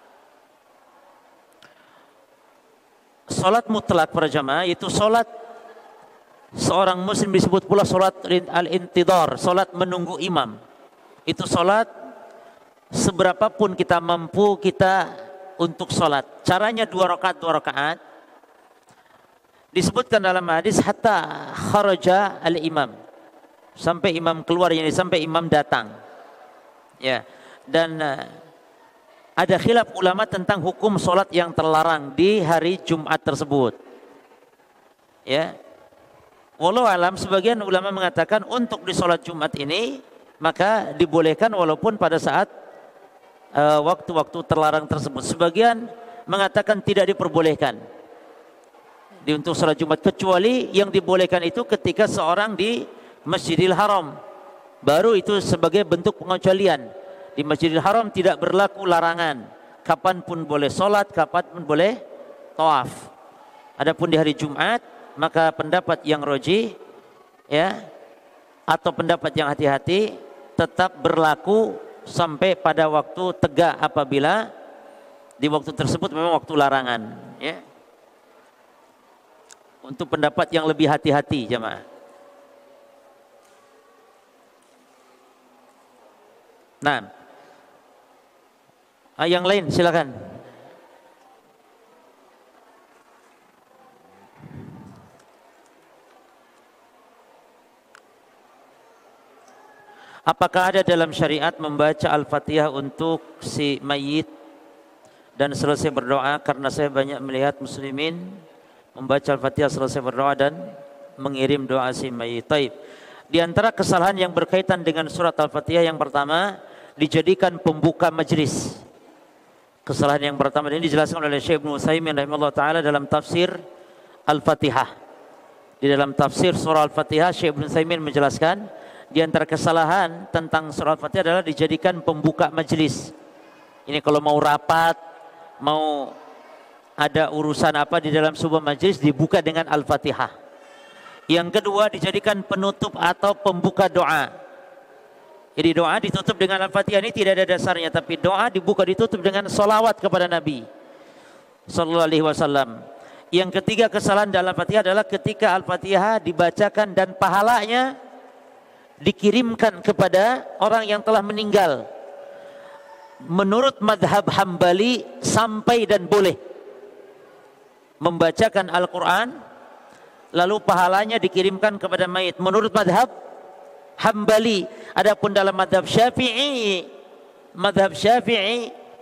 sholat mutlak para jamaah itu sholat seorang muslim disebut pula sholat al-intidhar, sholat menunggu imam. Itu sholat seberapapun kita mampu kita untuk sholat. Caranya dua rakaat dua rakaat. Disebutkan dalam hadis hatta kharaja al-imam, sampai imam keluar, yani sampai imam datang. Ya. Dan uh, ada khilaf ulama tentang hukum sholat yang terlarang di hari Jumat tersebut. Ya. Wallahu alam, sebagian ulama mengatakan untuk di sholat Jumat ini maka dibolehkan walaupun pada saat waktu-waktu uh, terlarang tersebut. Sebagian mengatakan tidak diperbolehkan di untuk sholat Jumat, kecuali yang dibolehkan itu ketika seorang di Masjidil Haram, baru itu sebagai bentuk pengecualian. Di Masjidil Haram tidak berlaku larangan, kapanpun boleh sholat, kapanpun boleh tawaf. Adapun di hari Jumat maka pendapat yang roji, ya, atau pendapat yang hati-hati tetap berlaku sampai pada waktu tegak, apabila di waktu tersebut memang waktu larangan, ya. Untuk pendapat yang lebih hati-hati jemaah. Nah, ah, yang lain silakan. Apakah ada dalam syariat membaca Al-Fatihah untuk si mayit dan selesai berdoa? Karena saya banyak melihat muslimin membaca Al-Fatihah selesai berdoa dan mengirim doa si mayit. Taib. Di antara kesalahan yang berkaitan dengan surat Al-Fatihah, yang pertama, dijadikan pembuka majlis. Kesalahan yang pertama ini dijelaskan oleh Syekh Ibnu Utsaimin rahimahullah taala dalam tafsir Al-Fatihah. Di dalam tafsir surah Al-Fatihah, Syekh Ibnu Utsaimin menjelaskan di antara kesalahan tentang surah Al-Fatihah adalah dijadikan pembuka majlis. Ini kalau mau rapat, mau ada urusan apa di dalam sebuah majlis, dibuka dengan Al-Fatihah. Yang kedua, dijadikan penutup atau pembuka doa. Jadi doa ditutup dengan Al-Fatihah ini tidak ada dasarnya, tapi doa dibuka ditutup dengan salawat kepada Nabi sallallahu alaihi wasallam. Yang ketiga kesalahan dalam Al-Fatihah adalah ketika Al-Fatihah dibacakan dan pahalanya dikirimkan kepada orang yang telah meninggal. Menurut madhab Hambali sampai dan boleh membacakan Al-Quran lalu pahalanya dikirimkan kepada mayit, menurut madhab Hambali. Adapun dalam madhab Syafi'i, madhab Syafi'i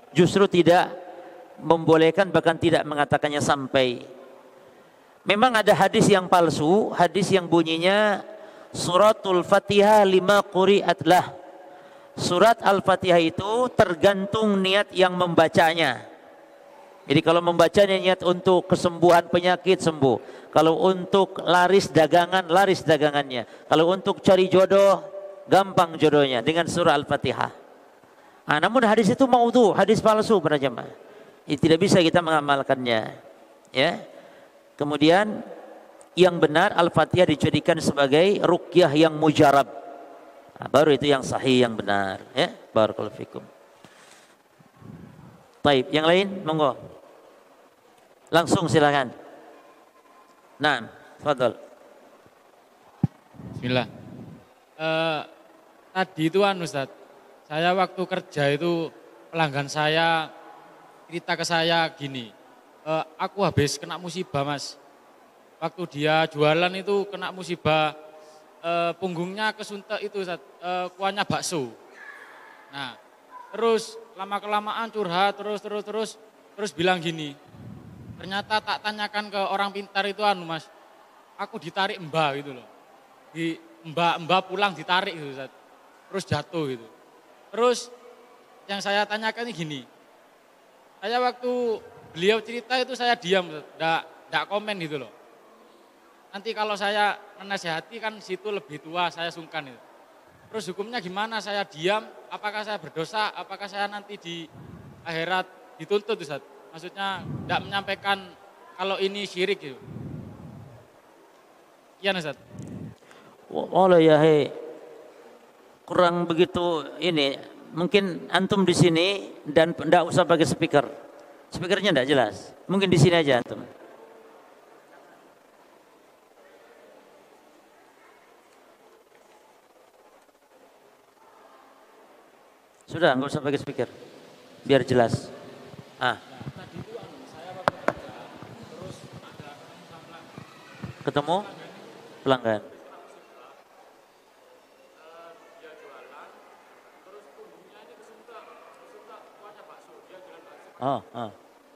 justru tidak membolehkan, bahkan tidak mengatakannya sampai. Memang ada hadis yang palsu, hadis yang bunyinya suratul Fatihah lima quri'at lah. Surat Al-Fatihah itu tergantung niat yang membacanya. Jadi kalau membacanya niat untuk kesembuhan penyakit, sembuh. Kalau untuk laris dagangan, laris dagangannya. Kalau untuk cari jodoh, gampang jodohnya dengan surah Al-Fatihah. Nah, namun hadis itu maudhu, hadis palsu para jemaah. Ya, tidak bisa kita mengamalkannya. Ya. Kemudian yang benar Al-Fatihah dijadikan sebagai ruqyah yang mujarab. Nah, baru itu yang sahih, yang benar. Ya, barakallahu fikum. Baik, yang lain monggo. Langsung silakan. Nah, fadhal. Bismillah. Uh, tadi itu anu Ustaz, saya waktu kerja itu pelanggan saya cerita ke saya gini, uh, aku habis kena musibah Mas. Waktu dia jualan itu kena musibah, uh, punggungnya kesuntek itu Ustaz, uh, kuahnya bakso. Nah, terus lama-kelamaan curhat terus terus terus terus bilang gini, ternyata tak tanyakan ke orang pintar itu anu Mas, aku ditarik mbak gitu loh. Di mbak-mbak pulang ditarik gitu Ustaz. Terus jatuh gitu. Terus yang saya tanyakan ini gini, saya waktu beliau cerita itu saya diam, enggak enggak komen gitu loh. Nanti kalau saya menasihati kan situ lebih tua, saya sungkan itu. Terus hukumnya gimana? Saya diam, apakah saya berdosa? Apakah saya nanti di akhirat dituntut Ustaz? Maksudnya enggak menyampaikan kalau ini syirik gitu. Iya Ustaz. Wallah ya hei, kurang begitu ini. Mungkin antum di sini dan tidak usah pakai speaker. Speakernya tidak jelas. Mungkin di sini aja antum. Sudah, nggak usah pakai speaker, biar jelas. Ah. Ketemu pelanggan. Oh, oh.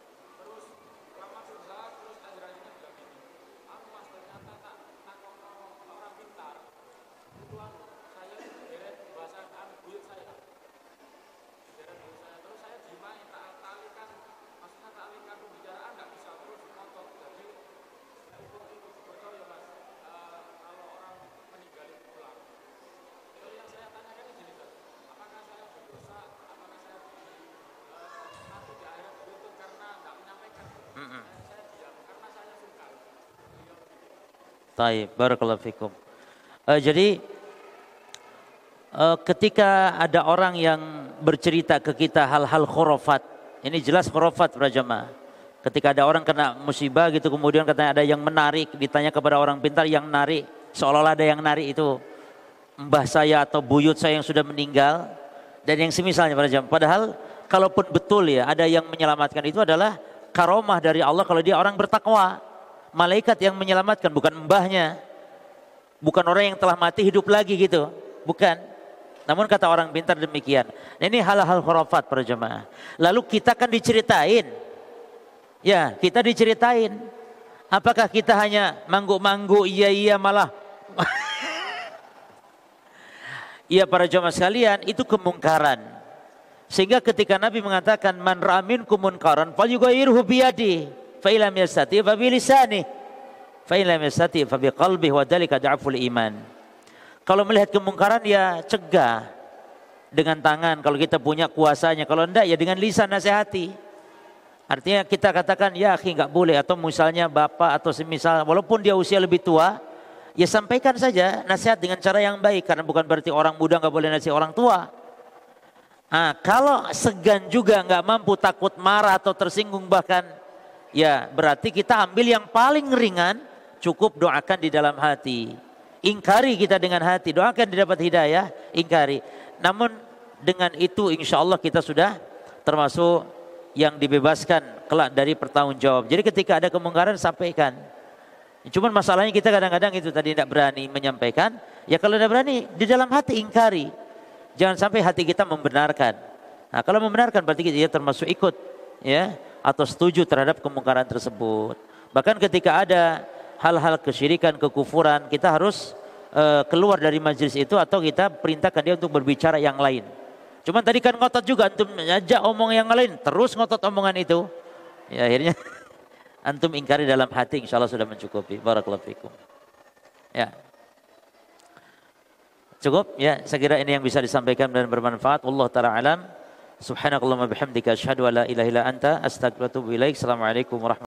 Taib, barakallahu fikum. Uh, jadi uh, ketika ada orang yang bercerita ke kita hal-hal khurafat, ini jelas khurafat para jemaah. Ketika ada orang kena musibah gitu, kemudian katanya ada yang menarik, ditanya kepada orang pintar yang narik, seolah-olah ada yang narik itu mbah saya atau buyut saya yang sudah meninggal dan yang semisalnya para jemaah. Padahal kalaupun betul ya ada yang menyelamatkan, itu adalah karomah dari Allah kalau dia orang bertakwa. Malaikat yang menyelamatkan, bukan mbahnya, bukan orang yang telah mati hidup lagi gitu, bukan. Namun kata orang pintar demikian. Nah, ini hal-hal khurafat para jemaah. Lalu kita kan diceritain, ya kita diceritain. Apakah kita hanya mangguk-mangguk, iya iya malah? Iya para jemaah sekalian, itu kemungkaran. Sehingga ketika Nabi mengatakan man ra'amin kumunkaran falyughayyirhu biyadihi. Fa'ilam yastati' fa bilisani, fa'ilam yastati' fa biqalbi wa dzalika dha'ful iman. Kalau melihat kemungkaran ya cegah dengan tangan kalau kita punya kuasanya, kalau enggak ya dengan lisan nasihati. Artinya kita katakan ya akhi enggak boleh, atau misalnya bapak atau semisal walaupun dia usia lebih tua, ya sampaikan saja nasihat dengan cara yang baik, karena bukan berarti orang muda enggak boleh nasihat orang tua. Nah, kalau segan juga enggak mampu, takut marah atau tersinggung bahkan, ya berarti kita ambil yang paling ringan, cukup doakan di dalam hati. Ingkari kita dengan hati, doakan didapat hidayah, ingkari. Namun dengan itu insya Allah kita sudah termasuk yang dibebaskan kelak dari pertanggungjawab. Jadi ketika ada kemungkaran sampaikan. Cuman masalahnya kita kadang-kadang itu tadi tidak berani menyampaikan. Ya kalau tidak berani di dalam hati ingkari. Jangan sampai hati kita membenarkan. Nah, kalau membenarkan berarti dia termasuk ikut ya atau setuju terhadap kemungkaran tersebut. Bahkan ketika ada hal-hal kesyirikan, kekufuran, kita harus uh, keluar dari majelis itu atau kita perintahkan dia untuk berbicara yang lain. Cuman tadi kan ngotot juga antum ngajak omong yang lain, terus ngotot omongan itu. Ya akhirnya antum ingkari dalam hati, insyaallah sudah mencukupi. Barakallahu fikum. Ya. Cukup ya, saya kira ini yang bisa disampaikan dan bermanfaat. Wallahu taala alam. Subhanakallahumma bihamdika asyhadu an la ilaha illa anta astaghfiruka wa atubu ilaik. Assalamualaikum warahmatullahi wabarakatuh.